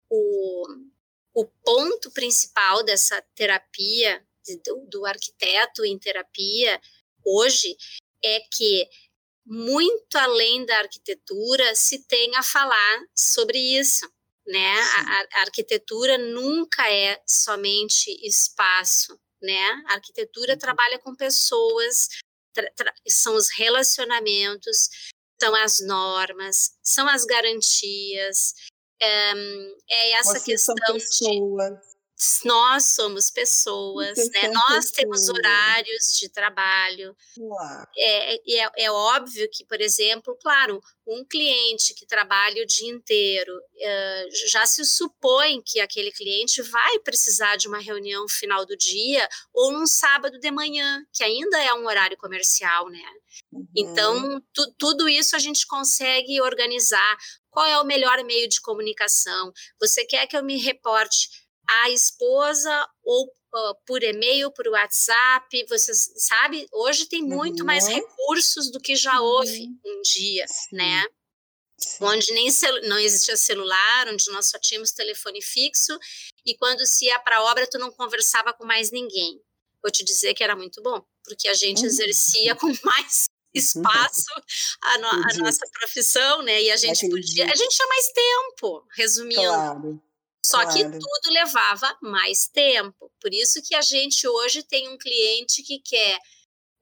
[SPEAKER 2] o, o ponto principal dessa terapia, do, do arquiteto em terapia, hoje, é que, muito além da arquitetura, se tem a falar sobre isso, né? A, a arquitetura nunca é somente espaço, né? A arquitetura uhum. trabalha com pessoas, tra, tra, são os relacionamentos, são as normas, são as garantias, é, é essa
[SPEAKER 3] Vocês
[SPEAKER 2] questão
[SPEAKER 3] são pessoas.
[SPEAKER 2] de... Nós somos pessoas,
[SPEAKER 3] Vocês
[SPEAKER 2] né? Nós
[SPEAKER 3] pessoas.
[SPEAKER 2] temos horários de trabalho.
[SPEAKER 3] Uau.
[SPEAKER 2] É, é, é óbvio que, por exemplo, claro, um cliente que trabalha o dia inteiro, uh, já se supõe que aquele cliente vai precisar de uma reunião final do dia ou num sábado de manhã, que ainda é um horário comercial, né? Uhum. Então, tu, tudo isso a gente consegue organizar. Qual é o melhor meio de comunicação? Você quer que eu me reporte à esposa ou uh, por e-mail, por WhatsApp? Você sabe, hoje tem muito uhum. mais recursos do que já houve uhum. um dia, Sim. né? Sim. Onde nem celu- não existia celular, onde nós só tínhamos telefone fixo e quando se ia para a obra tu não conversava com mais ninguém. Vou te dizer que era muito bom, porque a gente uhum. exercia com mais espaço a, no, a nossa profissão, né? E a gente podia, a gente tinha mais tempo, resumindo.
[SPEAKER 3] Claro.
[SPEAKER 2] Só
[SPEAKER 3] claro.
[SPEAKER 2] que tudo levava mais tempo. Por isso que a gente hoje tem um cliente que quer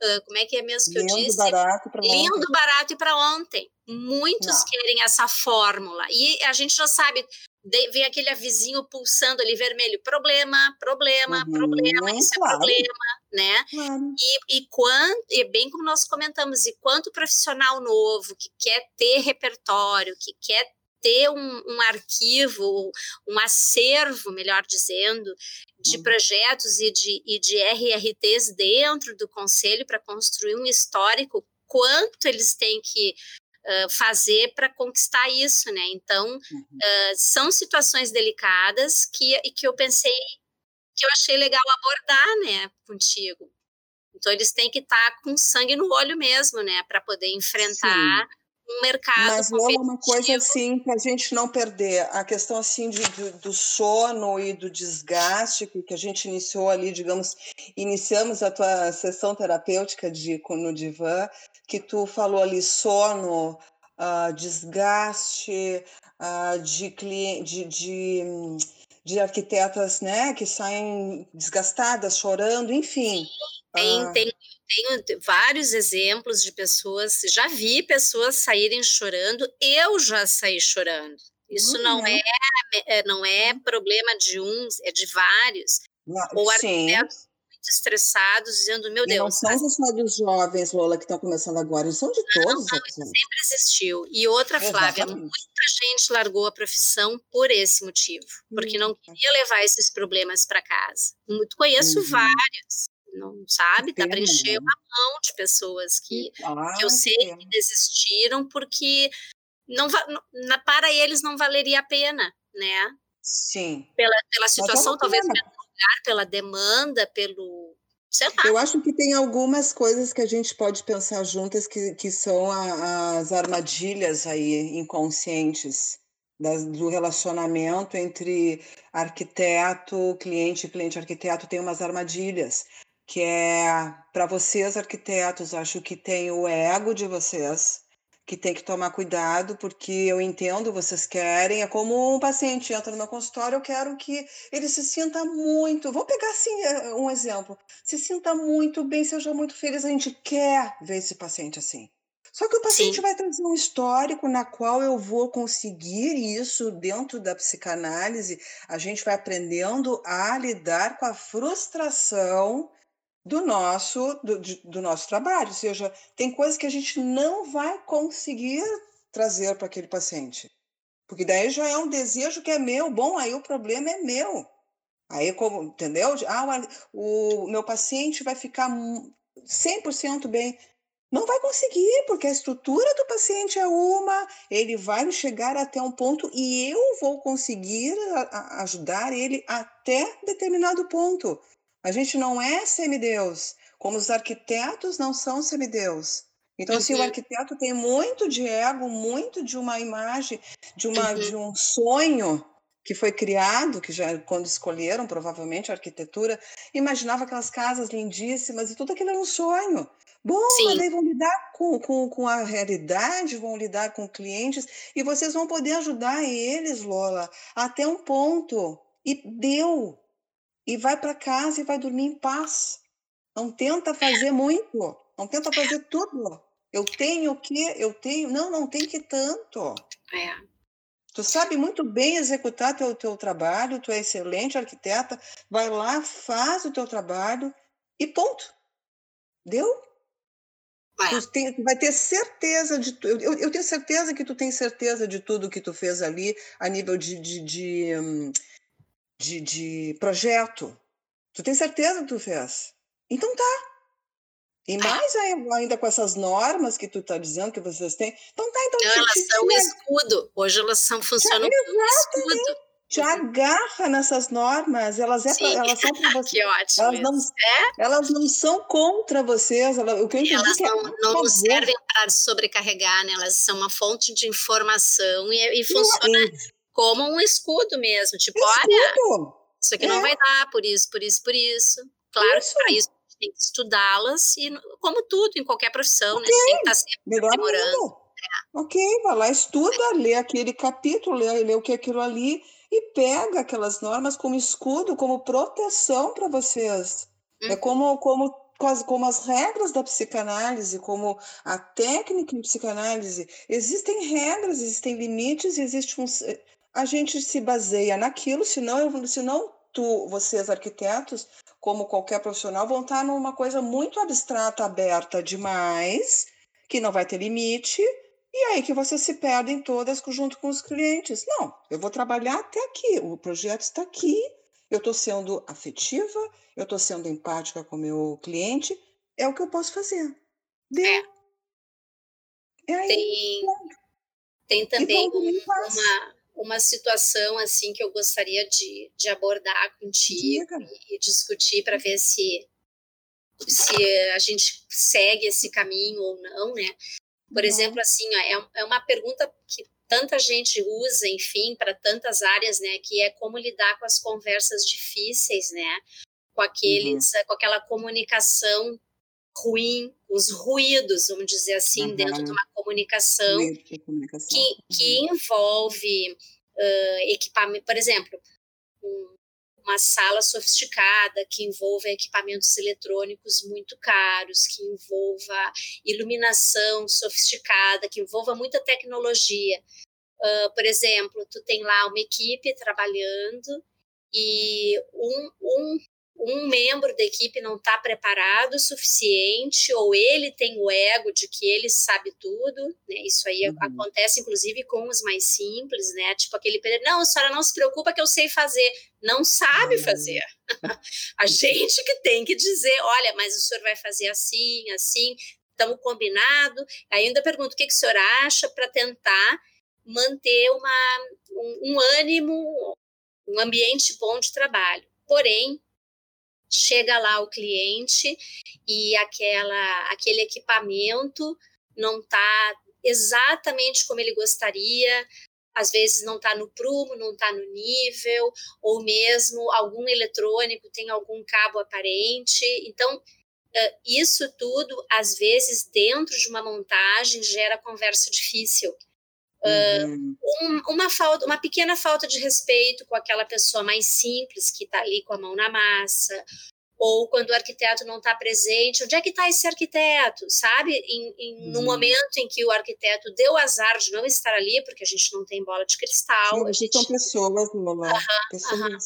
[SPEAKER 2] uh, como é que é mesmo que eu
[SPEAKER 3] Lindo,
[SPEAKER 2] disse?
[SPEAKER 3] barato para ontem.
[SPEAKER 2] Lindo, barato e para ontem. Muitos
[SPEAKER 3] Não.
[SPEAKER 2] querem essa fórmula. E a gente já sabe, de, vem aquele avisinho pulsando ali vermelho, problema, problema,
[SPEAKER 3] Uhum,
[SPEAKER 2] problema, isso
[SPEAKER 3] claro.
[SPEAKER 2] é problema, né?
[SPEAKER 3] Claro.
[SPEAKER 2] E, e, quando, e bem como nós comentamos, e quanto profissional novo que quer ter repertório, que quer ter um, um arquivo, um acervo, melhor dizendo, de
[SPEAKER 3] Uhum.
[SPEAKER 2] projetos e de, e de R R Ts dentro do Conselho para construir um histórico, quanto eles têm que uh, fazer para conquistar isso, né? Então,
[SPEAKER 3] Uhum.
[SPEAKER 2] uh, são situações delicadas que, que eu pensei, que eu achei legal abordar, né, contigo. Então, eles têm que estar com sangue no olho mesmo, né, para poder enfrentar
[SPEAKER 3] Sim.
[SPEAKER 2] um mercado
[SPEAKER 3] Mas
[SPEAKER 2] competitivo.
[SPEAKER 3] é uma coisa assim para a gente não perder a questão assim de, de, do sono e do desgaste que, que a gente iniciou ali, digamos, iniciamos a tua sessão terapêutica de, no divã, que tu falou ali sono, uh, desgaste uh, de, de, de, de arquitetas, né, que saem desgastadas, chorando, enfim.
[SPEAKER 2] Tem,
[SPEAKER 3] Uh,
[SPEAKER 2] tem Tenho vários exemplos de pessoas, já vi pessoas saírem chorando, eu já saí chorando. Isso não
[SPEAKER 3] uhum.
[SPEAKER 2] é, não é problema de uns, é de vários. Ou
[SPEAKER 3] Sim.
[SPEAKER 2] arquitetos muito estressados, dizendo, meu
[SPEAKER 3] E
[SPEAKER 2] Deus...
[SPEAKER 3] não são só dos jovens, Lola, que estão começando agora, eles são de todos.
[SPEAKER 2] Não, não, isso sempre existiu. E outra, Flávia,
[SPEAKER 3] Exatamente.
[SPEAKER 2] muita gente largou a profissão por esse motivo, porque não queria levar esses problemas para casa. Muito, conheço
[SPEAKER 3] Uhum.
[SPEAKER 2] vários, não sabe? Dá para
[SPEAKER 3] Pena,
[SPEAKER 2] encher
[SPEAKER 3] né?
[SPEAKER 2] uma mão de pessoas que,
[SPEAKER 3] Que, ah,
[SPEAKER 2] que eu
[SPEAKER 3] que
[SPEAKER 2] sei
[SPEAKER 3] pena.
[SPEAKER 2] que desistiram porque não, não, para eles não valeria a pena, né?
[SPEAKER 3] Sim.
[SPEAKER 2] Pela, pela
[SPEAKER 3] Mas é
[SPEAKER 2] situação,
[SPEAKER 3] uma
[SPEAKER 2] talvez
[SPEAKER 3] pena.
[SPEAKER 2] pelo lugar, pela demanda, pelo... sei lá.
[SPEAKER 3] Eu acho que tem algumas coisas que a gente pode pensar juntas que, que são a, as armadilhas aí inconscientes das, do relacionamento entre arquiteto, cliente, cliente, arquiteto. Tem umas armadilhas que é para vocês arquitetos, acho que tem o ego de vocês, que tem que tomar cuidado, porque eu entendo, vocês querem, é como um paciente entra no meu consultório, eu quero que ele se sinta muito, vou pegar assim um exemplo, se sinta muito bem, seja muito feliz, a gente quer ver esse paciente assim. Só que o paciente Sim. vai trazer um histórico na qual eu vou conseguir isso dentro da psicanálise, a gente vai aprendendo a lidar com a frustração do nosso, do, do nosso trabalho, ou seja, tem coisas que a gente não vai conseguir trazer para aquele paciente, porque daí já é um desejo que é meu, bom, aí o problema é meu, aí como, entendeu? Ah, o, o meu paciente vai ficar cem por cento bem, não vai conseguir, porque a estrutura do paciente é uma, ele vai chegar até um ponto e eu vou conseguir a, a ajudar ele até determinado ponto. A gente não é semideus, como os arquitetos não são semideus. Então, uhum. assim, o arquiteto tem muito de ego, muito de uma imagem, de, uma, uhum. de um sonho que foi criado, que já quando escolheram provavelmente a arquitetura, imaginava aquelas casas lindíssimas e tudo aquilo era um sonho. Bom, Sim. mas daí vão lidar com, com, com a realidade, vão lidar com clientes e vocês vão poder ajudar eles, Lola, até um ponto. E deu. E vai para casa e vai dormir em paz. Não tenta fazer muito. Não tenta fazer tudo. Eu tenho o quê? Eu tenho... Não, não tem que tanto.
[SPEAKER 2] É.
[SPEAKER 3] Tu sabe muito bem executar teu, teu trabalho, tu é excelente arquiteta, vai lá, faz o teu trabalho e ponto. Deu? É. Tu, tem, tu vai ter certeza de tudo. Eu, eu tenho certeza que tu tem certeza de tudo que tu fez ali a nível de, de, de, de, de projeto. Tu tem certeza que tu fez? Então tá. E mais ainda com essas normas que tu tá dizendo que vocês têm. Então tá, então...
[SPEAKER 2] Elas
[SPEAKER 3] te, te,
[SPEAKER 2] são
[SPEAKER 3] te...
[SPEAKER 2] escudo. Hoje elas são, funcionam como escudo.
[SPEAKER 3] Te agarra nessas normas, elas, é pra, elas são para você.
[SPEAKER 2] Que ótimo
[SPEAKER 3] elas, não,
[SPEAKER 2] é?
[SPEAKER 3] elas não são contra vocês. Elas, o que eu entendi
[SPEAKER 2] elas
[SPEAKER 3] que
[SPEAKER 2] não,
[SPEAKER 3] é,
[SPEAKER 2] não nos servem para sobrecarregar, né? Elas são uma fonte de informação e, e funciona é. como um escudo mesmo. Tipo,
[SPEAKER 3] escudo.
[SPEAKER 2] olha, isso aqui
[SPEAKER 3] é.
[SPEAKER 2] não vai dar, por isso, por isso, por isso. Claro isso. que para isso a gente tem que estudá-las, e como tudo, em qualquer profissão,
[SPEAKER 3] okay.
[SPEAKER 2] né? Tem que estar sempre
[SPEAKER 3] Melhor
[SPEAKER 2] aprimorando.
[SPEAKER 3] É. Ok, vai lá, estuda, lê aquele capítulo, lê, lê o que é aquilo ali e pega aquelas normas como escudo, como proteção para vocês. Uhum. É como, como quase como as regras da psicanálise, como a técnica em psicanálise, existem regras, existem limites, existe um, a gente se baseia naquilo, senão, eu, senão tu, vocês arquitetos, como qualquer profissional, vão estar numa coisa muito abstrata, aberta demais, que não vai ter limite, e aí que vocês se perdem todas junto com os clientes. Não, eu vou trabalhar até aqui, o projeto está aqui, eu estou sendo afetiva, eu estou sendo empática com o meu cliente, é o que eu posso fazer. Deu.
[SPEAKER 2] É.
[SPEAKER 3] É aí.
[SPEAKER 2] Tem, tem também um, uma, uma situação assim que eu gostaria de, de abordar contigo e, e discutir para ver se, se a gente segue esse caminho ou não, né? Por uhum. exemplo, assim, ó, é, é uma pergunta que tanta gente usa, enfim, para tantas áreas, né? Que é como lidar com as conversas difíceis, né? Com aqueles, uhum. com aquela comunicação ruim, os ruídos, vamos dizer assim, uhum. dentro de uma comunicação, de comunicação. Que, uhum. que envolve uh, equipamento, por exemplo, um, uma sala sofisticada que envolva equipamentos eletrônicos muito caros, que envolva iluminação sofisticada, que envolva muita tecnologia. Uh, por exemplo, tu tem lá uma equipe trabalhando e um, um um membro da equipe não está preparado o suficiente, ou ele tem o ego de que ele sabe tudo, né? Isso aí uhum. acontece, inclusive, com os mais simples, né? Tipo aquele, não, a senhora não se preocupa que eu sei fazer. Não sabe uhum. fazer. A gente que tem que dizer, olha, mas o senhor vai fazer assim, assim, estamos combinado. Aí ainda pergunto, o que, que o senhor acha para tentar manter uma, um, um ânimo, um ambiente bom de trabalho. Porém, chega lá o cliente e aquela, aquele equipamento não está exatamente como ele gostaria, às vezes não está no prumo, não está no nível, ou mesmo algum eletrônico tem algum cabo aparente. Então, isso tudo, às vezes, dentro de uma montagem, gera conversa difícil. Uhum. Uh, um, uma, falta, uma pequena falta de respeito com aquela pessoa mais simples que está ali com a mão na massa, ou quando o arquiteto não está presente, onde é que está esse arquiteto, sabe? Em, em, uhum. No momento em que o arquiteto deu azar de não estar ali, porque a gente não tem bola de cristal.
[SPEAKER 3] Sim,
[SPEAKER 2] a gente...
[SPEAKER 3] São pessoas, Lola.
[SPEAKER 2] Uhum,
[SPEAKER 3] pessoas.
[SPEAKER 2] Uhum.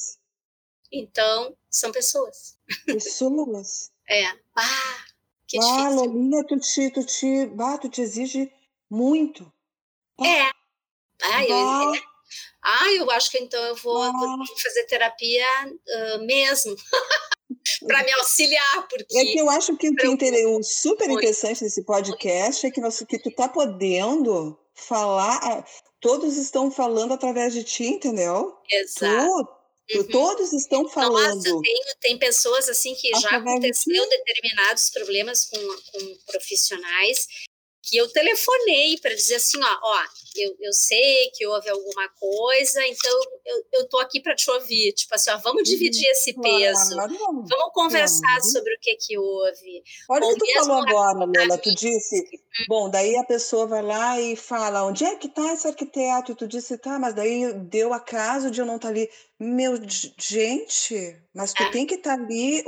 [SPEAKER 2] Então, são pessoas.
[SPEAKER 3] Pessoas.
[SPEAKER 2] É. Ah, que
[SPEAKER 3] ah,
[SPEAKER 2] difícil.
[SPEAKER 3] Lolinha, tu te, tu te, bah, tu te exige muito.
[SPEAKER 2] É. Ah, eu, é. ah, eu acho que então eu vou, vou fazer terapia uh, mesmo, para me auxiliar, porque...
[SPEAKER 3] É que eu acho que o que o super interessante desse podcast é que, nós, que tu tá podendo falar, todos estão falando através de ti, entendeu?
[SPEAKER 2] Exato.
[SPEAKER 3] Tu, tu, uhum. Todos estão falando.
[SPEAKER 2] Nossa, tem, tem pessoas assim que já aconteceu de determinados problemas com, com profissionais, que eu telefonei para dizer assim, ó, ó eu, eu sei que houve alguma coisa, então eu, eu tô aqui para te ouvir, tipo assim, ó, vamos dividir uhum, esse peso, claro, vamos conversar claro. sobre o que que houve.
[SPEAKER 3] Olha o que tu falou agora, Lola, tu disse, bom, daí a pessoa vai lá e fala, onde é que tá esse arquiteto? E tu disse, tá, mas daí deu acaso de eu não estar ali. Meu, gente, mas tu é. tem que estar ali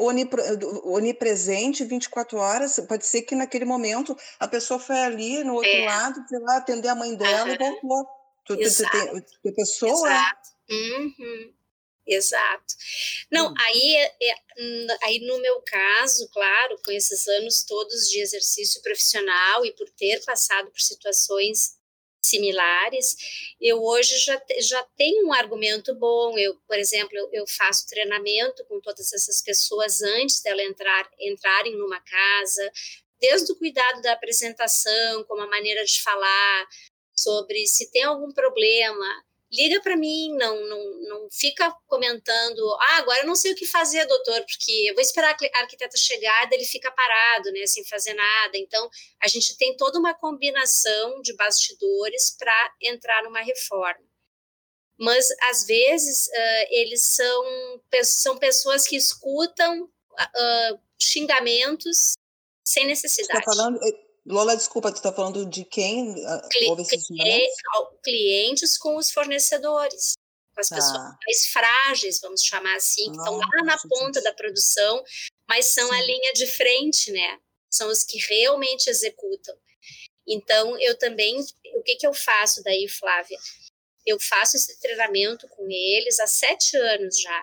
[SPEAKER 3] onipresente vinte e quatro horas, pode ser que naquele momento a pessoa foi ali no outro é. lado, sei lá, atender a mãe dela uhum. e voltou. Tu, tu, tu, tem, tu tem pessoa?
[SPEAKER 2] Exato. Uhum. Exato. Não, hum. aí, é, aí no meu caso, claro, com esses anos todos de exercício profissional e por ter passado por situações similares, eu hoje já, já tenho um argumento bom. Eu, por exemplo, eu, eu faço treinamento com todas essas pessoas antes dela entrar, entrarem numa casa, desde o cuidado da apresentação, como a maneira de falar, sobre se tem algum problema, liga para mim, não, não, não fica comentando, ah, agora eu não sei o que fazer, doutor, porque eu vou esperar a arquiteta chegar e ele fica parado, né, sem fazer nada. Então, a gente tem toda uma combinação de bastidores para entrar numa reforma. Mas, às vezes, uh, eles são, são pessoas que escutam uh, xingamentos sem necessidade.
[SPEAKER 3] Você tá falando... Lola, desculpa, tu está falando de quem
[SPEAKER 2] Cli
[SPEAKER 3] houve esses xingamentos?
[SPEAKER 2] Clientes com os fornecedores, com as ah. pessoas mais frágeis, vamos chamar assim, que estão ah, lá na ponta da produção, mas são
[SPEAKER 3] Sim.
[SPEAKER 2] a linha de frente, né? São os que realmente executam. Então, eu também, o que que eu faço daí, Flávia? Eu faço esse treinamento com eles há sete anos já,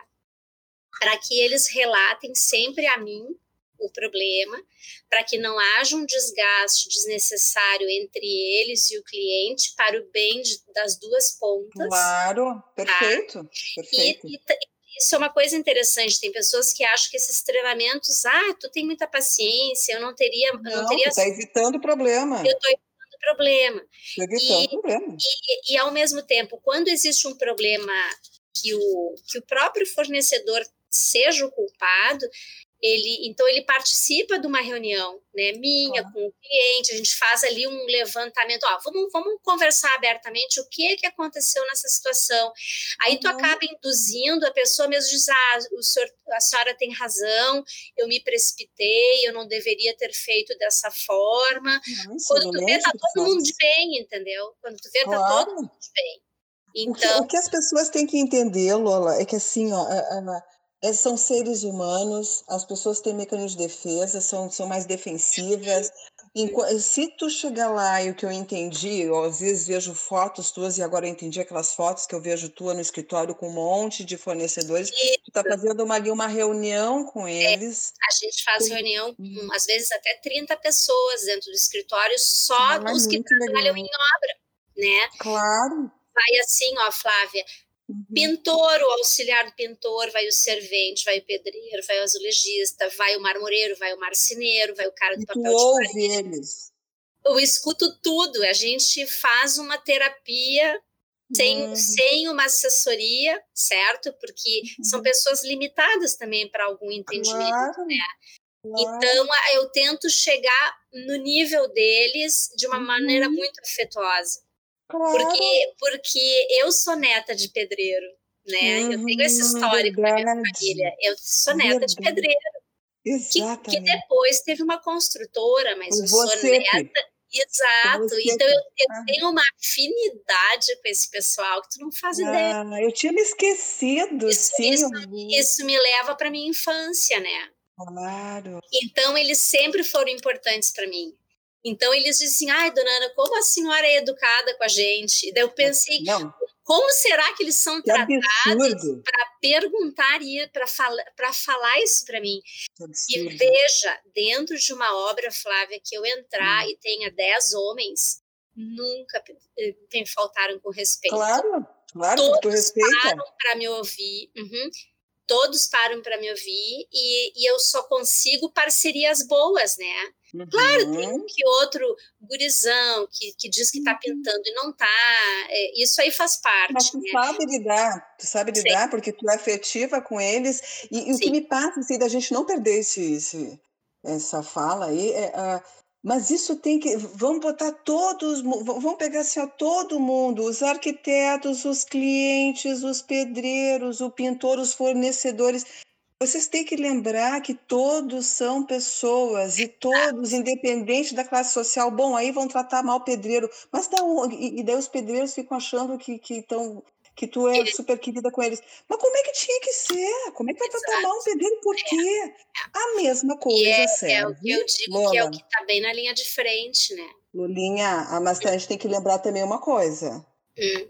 [SPEAKER 2] para que eles relatem sempre a mim o problema, para que não haja um desgaste desnecessário entre eles e o cliente para o bem de, das duas pontas.
[SPEAKER 3] Claro, perfeito,
[SPEAKER 2] tá?
[SPEAKER 3] perfeito.
[SPEAKER 2] E, e isso é uma coisa interessante, tem pessoas que acham que esses treinamentos, ah, tu tem muita paciência, eu não teria...
[SPEAKER 3] Não,
[SPEAKER 2] eu não teria
[SPEAKER 3] tu tá evitando o problema.
[SPEAKER 2] Eu estou evitando o problema.
[SPEAKER 3] Tô evitando o problema.
[SPEAKER 2] E, e, ao mesmo tempo, quando existe um problema que o, que o próprio fornecedor seja o culpado, ele, então ele participa de uma reunião, né, minha,
[SPEAKER 3] Claro.
[SPEAKER 2] com o cliente, a gente faz ali um levantamento, ó, vamos, vamos conversar abertamente o que, que aconteceu nessa situação. Aí uhum. tu acaba induzindo a pessoa mesmo, diz, ah, o senhor, a senhora tem razão, eu me precipitei, eu não deveria ter feito dessa forma. Não, quando tu vê, tá todo mundo de bem, entendeu? Quando tu vê, claro. Tá todo mundo de bem. Então...
[SPEAKER 3] O que, o que as pessoas têm que entender, Lola, é que assim, ó, a, a, É, são seres humanos, as pessoas têm mecanismos de defesa, são, são mais defensivas. Enqu- Se tu chegar lá e o que eu entendi, eu às vezes vejo fotos tuas e agora eu entendi aquelas fotos que eu vejo tua no escritório com um monte de fornecedores, Isso. tu tá fazendo uma, ali uma reunião com eles.
[SPEAKER 2] É, a gente faz reunião com, às vezes, até trinta pessoas dentro do escritório, só ah, os que trabalham legal. em obra, né?
[SPEAKER 3] Claro.
[SPEAKER 2] Vai assim, ó, Flávia, Uhum. Pintor, o auxiliar do pintor, vai o servente, vai o pedreiro, vai o azulejista, vai o marmoreiro, vai o marceneiro, vai o cara do
[SPEAKER 3] e
[SPEAKER 2] papel
[SPEAKER 3] tu
[SPEAKER 2] de
[SPEAKER 3] ouve
[SPEAKER 2] parede.
[SPEAKER 3] eles.
[SPEAKER 2] Eu escuto tudo, a gente faz uma terapia sem, uhum. sem uma assessoria, certo? Porque uhum. são pessoas limitadas também para algum entendimento,
[SPEAKER 3] claro.
[SPEAKER 2] né?
[SPEAKER 3] Claro.
[SPEAKER 2] Então, eu tento chegar no nível deles de uma uhum. maneira muito afetuosa.
[SPEAKER 3] Claro.
[SPEAKER 2] Porque, porque eu sou neta de pedreiro, né? Uhum, eu tenho esse histórico na minha família. Eu sou neta verdade. de pedreiro.
[SPEAKER 3] Exatamente.
[SPEAKER 2] Que, que depois teve uma construtora, mas eu
[SPEAKER 3] Você,
[SPEAKER 2] sou neta. Exato.
[SPEAKER 3] Você.
[SPEAKER 2] Então eu, eu ah. tenho uma afinidade com esse pessoal que tu não faz
[SPEAKER 3] ah,
[SPEAKER 2] ideia.
[SPEAKER 3] Eu tinha me esquecido,
[SPEAKER 2] isso,
[SPEAKER 3] sim.
[SPEAKER 2] Isso, isso me leva para minha infância, né?
[SPEAKER 3] Claro.
[SPEAKER 2] Então eles sempre foram importantes para mim. Então, eles dizem assim, ai, dona Ana, como a senhora é educada com a gente? E daí eu pensei,
[SPEAKER 3] não.
[SPEAKER 2] como será que eles são
[SPEAKER 3] que
[SPEAKER 2] tratados para perguntar e para fala, falar isso para mim? E veja, dentro de uma obra, Flávia, que eu entrar hum. e tenha dez homens, nunca me faltaram com respeito.
[SPEAKER 3] Claro, claro,
[SPEAKER 2] Todos
[SPEAKER 3] tu respeita.
[SPEAKER 2] param para me ouvir, uhum. Todos param para me ouvir e, e eu só consigo parcerias boas, né? Uhum. Claro, tem um que outro gurizão que, que diz que está pintando e não está. É, isso aí faz parte.
[SPEAKER 3] Mas tu
[SPEAKER 2] né?
[SPEAKER 3] sabe lidar, tu sabe lidar Sim. porque tu é afetiva com eles. E, e o que me passa, assim, da gente não perder esse, esse, essa fala aí, é, uh, mas isso tem que. Vamos botar todos, vamos pegar assim, ó, todo mundo, os arquitetos, os clientes, os pedreiros, o pintor, os fornecedores. Vocês têm que lembrar que todos são pessoas e todos, independente da classe social, bom, aí vão tratar mal o pedreiro, mas da onde? E daí os pedreiros ficam achando que, que, tão, que tu é super querida com eles. Mas como é que tinha que ser? Como é que vai Exato. tratar mal um pedreiro? Por quê? A mesma coisa
[SPEAKER 2] é,
[SPEAKER 3] serve.
[SPEAKER 2] É o que eu digo
[SPEAKER 3] Lola.
[SPEAKER 2] que é o que está bem na linha de frente, né?
[SPEAKER 3] Lulinha, mas a gente tem que lembrar também uma coisa.
[SPEAKER 2] Hum.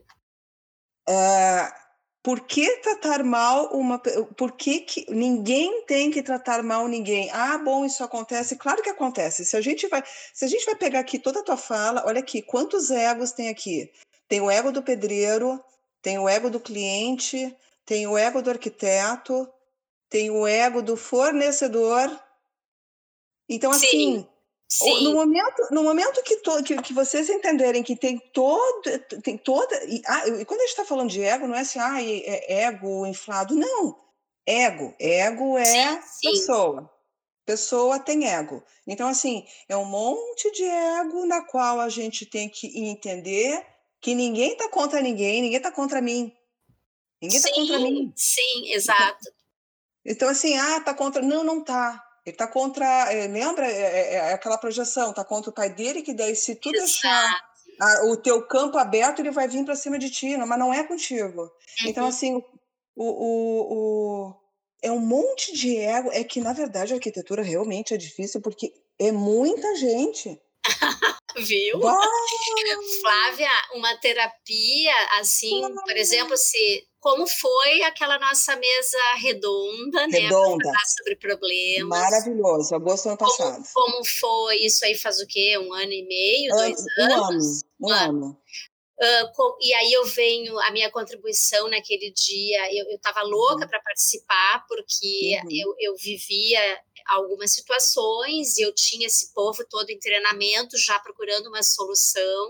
[SPEAKER 3] Uh, Por que tratar mal uma... Por que, que ninguém tem que tratar mal ninguém? Ah, bom, isso acontece. Claro que acontece. Se a gente vai, se a gente vai pegar aqui toda a tua fala, olha aqui, quantos egos tem aqui? Tem o ego do pedreiro, tem o ego do cliente, tem o ego do arquiteto, tem o ego do fornecedor. Então,
[SPEAKER 2] Sim.
[SPEAKER 3] assim...
[SPEAKER 2] Sim.
[SPEAKER 3] No momento, no momento que, to, que, que vocês entenderem que tem, todo, tem toda... E, ah, e quando a gente está falando de ego, não é assim, ah, é ego inflado. Não. Ego. Ego é
[SPEAKER 2] sim,
[SPEAKER 3] pessoa.
[SPEAKER 2] sim.
[SPEAKER 3] Pessoa tem ego. Então, assim, é um monte de ego na qual a gente tem que entender que ninguém está contra ninguém, ninguém está contra mim. Ninguém está contra mim.
[SPEAKER 2] Sim, exato.
[SPEAKER 3] Então, assim, ah, está contra... Não, não está. Ele está contra, é, lembra, é, é aquela projeção, está contra o pai dele, que daí se tu Exato. deixar a, o teu campo aberto, ele vai vir para cima de ti, não, mas não é contigo. Uhum. Então, assim, o, o, o, é um monte de ego. É que, na verdade, a arquitetura realmente é difícil porque é muita gente.
[SPEAKER 2] Viu?
[SPEAKER 3] Bah!
[SPEAKER 2] Flávia, uma terapia, assim, por exemplo, se como foi aquela nossa mesa redonda, né, para
[SPEAKER 3] Redonda.
[SPEAKER 2] falar sobre problemas.
[SPEAKER 3] Maravilhoso, agosto do ano
[SPEAKER 2] Como,
[SPEAKER 3] passado.
[SPEAKER 2] como foi isso aí faz o quê? Um ano e meio,
[SPEAKER 3] Ah,
[SPEAKER 2] dois
[SPEAKER 3] um
[SPEAKER 2] anos?
[SPEAKER 3] ano, um ano.
[SPEAKER 2] Uh, com, e aí eu venho, a minha contribuição naquele dia, eu estava louca
[SPEAKER 3] Uhum.
[SPEAKER 2] para participar, porque
[SPEAKER 3] Uhum.
[SPEAKER 2] eu, eu vivia algumas situações e eu tinha esse povo todo em treinamento, já procurando uma solução.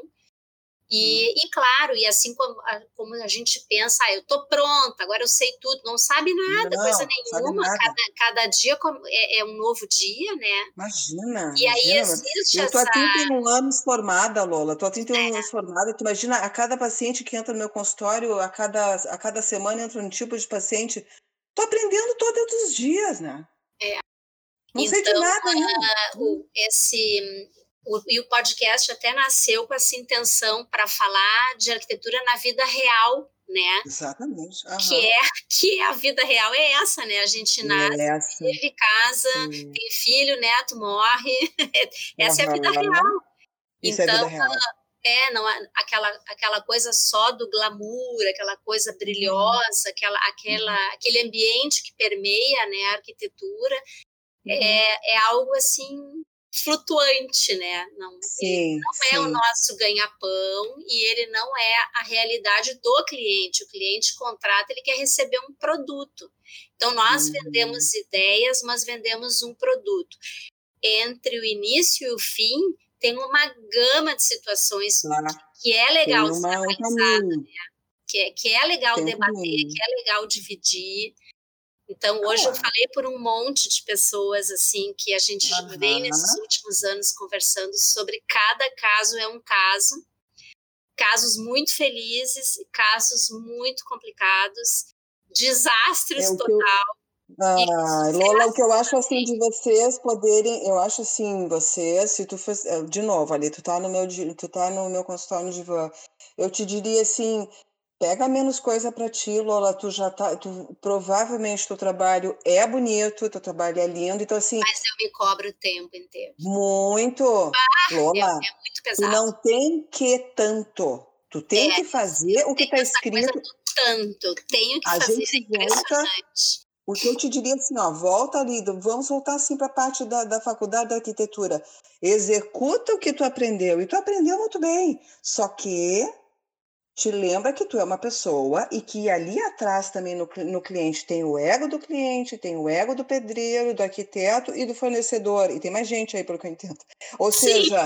[SPEAKER 2] E, e claro, e assim como a, como a gente pensa, ah, eu tô pronta, agora eu sei tudo, não sabe nada,
[SPEAKER 3] Não,
[SPEAKER 2] coisa
[SPEAKER 3] sabe
[SPEAKER 2] nenhuma,
[SPEAKER 3] nada.
[SPEAKER 2] cada, cada dia é, é um novo dia, né?
[SPEAKER 3] Imagina,
[SPEAKER 2] E aí
[SPEAKER 3] imagina.
[SPEAKER 2] existe
[SPEAKER 3] Eu tô há
[SPEAKER 2] essa...
[SPEAKER 3] trinta e um anos formada, Lola, tô há trinta e um
[SPEAKER 2] É.
[SPEAKER 3] anos formada, tu imagina, a cada paciente que entra no meu consultório, a cada, a cada semana entra um tipo de paciente, tô aprendendo todos os dias, né?
[SPEAKER 2] É.
[SPEAKER 3] Não
[SPEAKER 2] Então,
[SPEAKER 3] sei de nada ainda.
[SPEAKER 2] Uh, o, esse... O, e o podcast até nasceu com essa intenção para falar de arquitetura na vida real, né?
[SPEAKER 3] Exatamente. Uhum.
[SPEAKER 2] Que, é, que a vida real é essa, né? A gente nasce,
[SPEAKER 3] essa.
[SPEAKER 2] vive, casa, Sim. tem filho, neto, morre. Essa uhum. é a vida real.
[SPEAKER 3] Isso
[SPEAKER 2] então,
[SPEAKER 3] é vida real.
[SPEAKER 2] É, não, aquela, aquela coisa só do glamour, aquela coisa brilhosa, uhum. aquela, aquela, uhum. aquele ambiente que permeia, né, a arquitetura, uhum. é, é algo assim flutuante, né? Não,
[SPEAKER 3] sim,
[SPEAKER 2] ele não
[SPEAKER 3] sim.
[SPEAKER 2] é o nosso ganha-pão e ele não é a realidade do cliente. O cliente contrata, ele quer receber um produto. Então, nós uhum. vendemos ideias, mas vendemos um produto. Entre o início e o fim, tem uma gama de situações claro. que é legal
[SPEAKER 3] tem uma,
[SPEAKER 2] ser analisada, né? que, é, que é legal tem debater, um que é legal dividir. Então, hoje ah. eu falei por um monte de pessoas, assim, que a gente uhum. vem nesses últimos anos conversando sobre cada caso é um caso, casos muito felizes, casos muito complicados, desastres
[SPEAKER 3] é
[SPEAKER 2] total.
[SPEAKER 3] Eu... Ah, Lola, o que eu acho assim de vocês poderem, eu acho assim, vocês, se tu fosse, de novo, ali, tu tá no meu, tu tá no meu consultório no divã, eu te diria assim, pega menos coisa para ti, Lola, tu já tá, tu, provavelmente teu trabalho é bonito, teu trabalho é lindo, então assim...
[SPEAKER 2] Mas eu me cobro o tempo inteiro.
[SPEAKER 3] Muito!
[SPEAKER 2] Ah,
[SPEAKER 3] Lola,
[SPEAKER 2] é, é muito pesado.
[SPEAKER 3] Tu não tem que tanto, tu tem é, que fazer o que está escrito.
[SPEAKER 2] Coisa do tanto, tenho que
[SPEAKER 3] a
[SPEAKER 2] fazer,
[SPEAKER 3] gente
[SPEAKER 2] é impressionante.
[SPEAKER 3] Volta, porque eu te diria assim, ó, volta ali, vamos voltar assim para a parte da, da faculdade de arquitetura, executa o que tu aprendeu, e tu aprendeu muito bem, só que... te lembra que tu é uma pessoa e que ali atrás também no, no cliente tem o ego do cliente, tem o ego do pedreiro, do arquiteto e do fornecedor. E tem mais gente aí, pelo que eu entendo. Ou
[SPEAKER 2] Sim.
[SPEAKER 3] seja,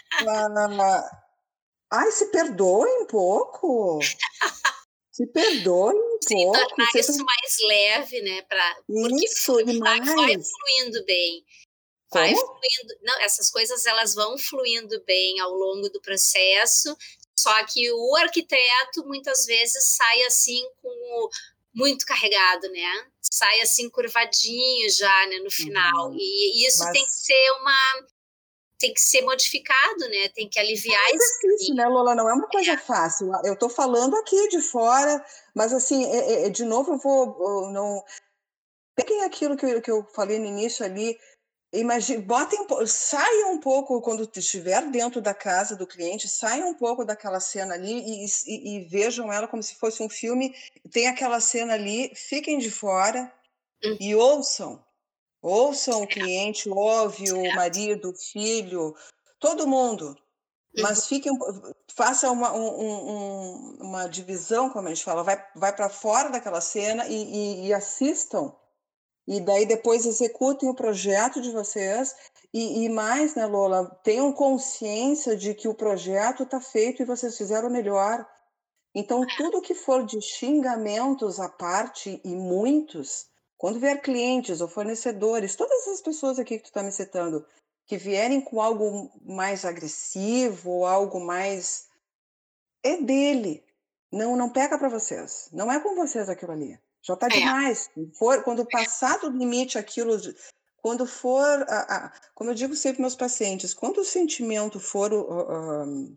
[SPEAKER 3] ah, ai, se perdoe um pouco. Se perdoe um
[SPEAKER 2] Sim,
[SPEAKER 3] pouco.
[SPEAKER 2] tornar
[SPEAKER 3] Você
[SPEAKER 2] isso
[SPEAKER 3] tá...
[SPEAKER 2] mais leve, né? Pra, porque
[SPEAKER 3] isso,
[SPEAKER 2] vai,
[SPEAKER 3] e mais.
[SPEAKER 2] vai fluindo bem. Vai
[SPEAKER 3] Como?
[SPEAKER 2] fluindo. Não, essas coisas elas vão fluindo bem ao longo do processo. Só que o arquiteto muitas vezes sai assim com o, muito carregado, né? Sai assim curvadinho já, né, no final. Uhum. E isso Mas... tem que ser uma tem que ser modificado, né? Tem que aliviar
[SPEAKER 3] é
[SPEAKER 2] esse
[SPEAKER 3] difícil, né, Lola? Não é uma coisa é. fácil. Eu tô falando aqui de fora, mas assim, é, é, de novo eu vou eu não peguem aquilo que eu, que eu falei no início ali. Imagine, botem, saiam um pouco quando estiver dentro da casa do cliente, saiam um pouco daquela cena ali e, e, e vejam ela como se fosse um filme. Tem aquela cena ali, fiquem de fora hum. e ouçam. Ouçam o cliente, ouve o marido, o filho, todo mundo. Mas uhum. fiquem, façam uma, um, um, uma divisão, como a gente fala, vai, vai para fora daquela cena e, e, e assistam. E daí depois executem o projeto de vocês e, e mais, né, Lola, tenham consciência de que o projeto está feito e vocês fizeram melhor. Então, tudo que for de xingamentos à parte, e muitos, quando vier clientes ou fornecedores, todas as pessoas aqui que tu está me citando, que vierem com algo mais agressivo ou algo mais... é dele. Não, não pega para vocês. Não é com vocês aquilo ali. Já está é. demais. For, quando passar do limite aquilo, quando for, a, a, como eu digo sempre para meus pacientes, quando o sentimento for, uh, uh,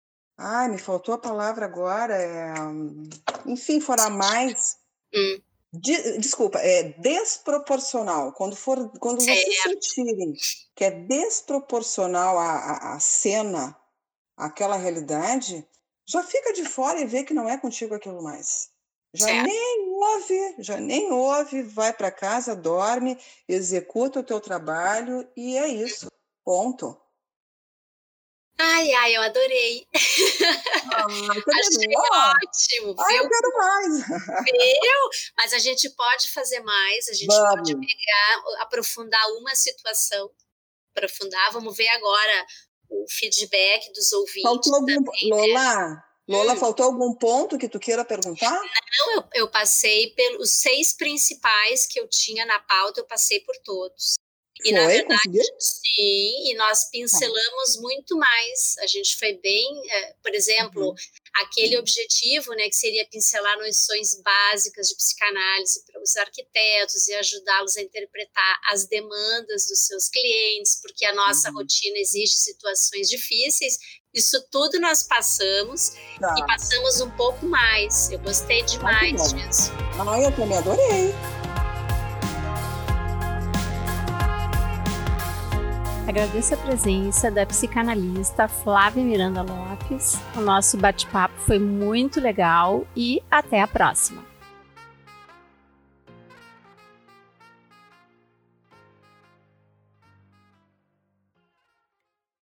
[SPEAKER 3] ai, me faltou a palavra agora, é, enfim, for a mais,
[SPEAKER 2] hum.
[SPEAKER 3] De, desculpa, é desproporcional. Quando, for, quando vocês sentirem que é desproporcional a, a, a cena, aquela realidade, já fica de fora e vê que não é contigo aquilo mais. Já certo. nem ouve, já nem ouve, vai para casa, dorme, executa o teu trabalho e é isso. Ponto.
[SPEAKER 2] Ai, ai, eu adorei.
[SPEAKER 3] Ah,
[SPEAKER 2] Achei ótimo.
[SPEAKER 3] Ah, eu quero mais.
[SPEAKER 2] Viu? Mas a gente pode fazer mais, a gente Vamos. pode pegar, aprofundar uma situação, aprofundar, vamos ver agora o feedback dos ouvintes.
[SPEAKER 3] Faltou algum,
[SPEAKER 2] também,
[SPEAKER 3] Lola,
[SPEAKER 2] né?
[SPEAKER 3] Lola,
[SPEAKER 2] hum.
[SPEAKER 3] faltou algum ponto que tu queira perguntar?
[SPEAKER 2] Não, eu, eu passei pelos seis principais que eu tinha na pauta, eu passei por todos. E,
[SPEAKER 3] foi?
[SPEAKER 2] na verdade,
[SPEAKER 3] Conseguiu?
[SPEAKER 2] sim, e nós pincelamos ah. muito mais. A gente foi bem, é, por exemplo, uhum. aquele uhum. objetivo, né, que seria pincelar noções básicas de psicanálise para os arquitetos e ajudá-los a interpretar as demandas dos seus clientes, porque a nossa uhum. rotina exige situações difíceis. Isso tudo nós passamos tá. e passamos um pouco mais. Eu gostei demais ah, disso.
[SPEAKER 3] Ah, eu também adorei.
[SPEAKER 1] Agradeço a presença da psicanalista Flávia Miranda Lopes. O nosso bate-papo foi muito legal e até a próxima.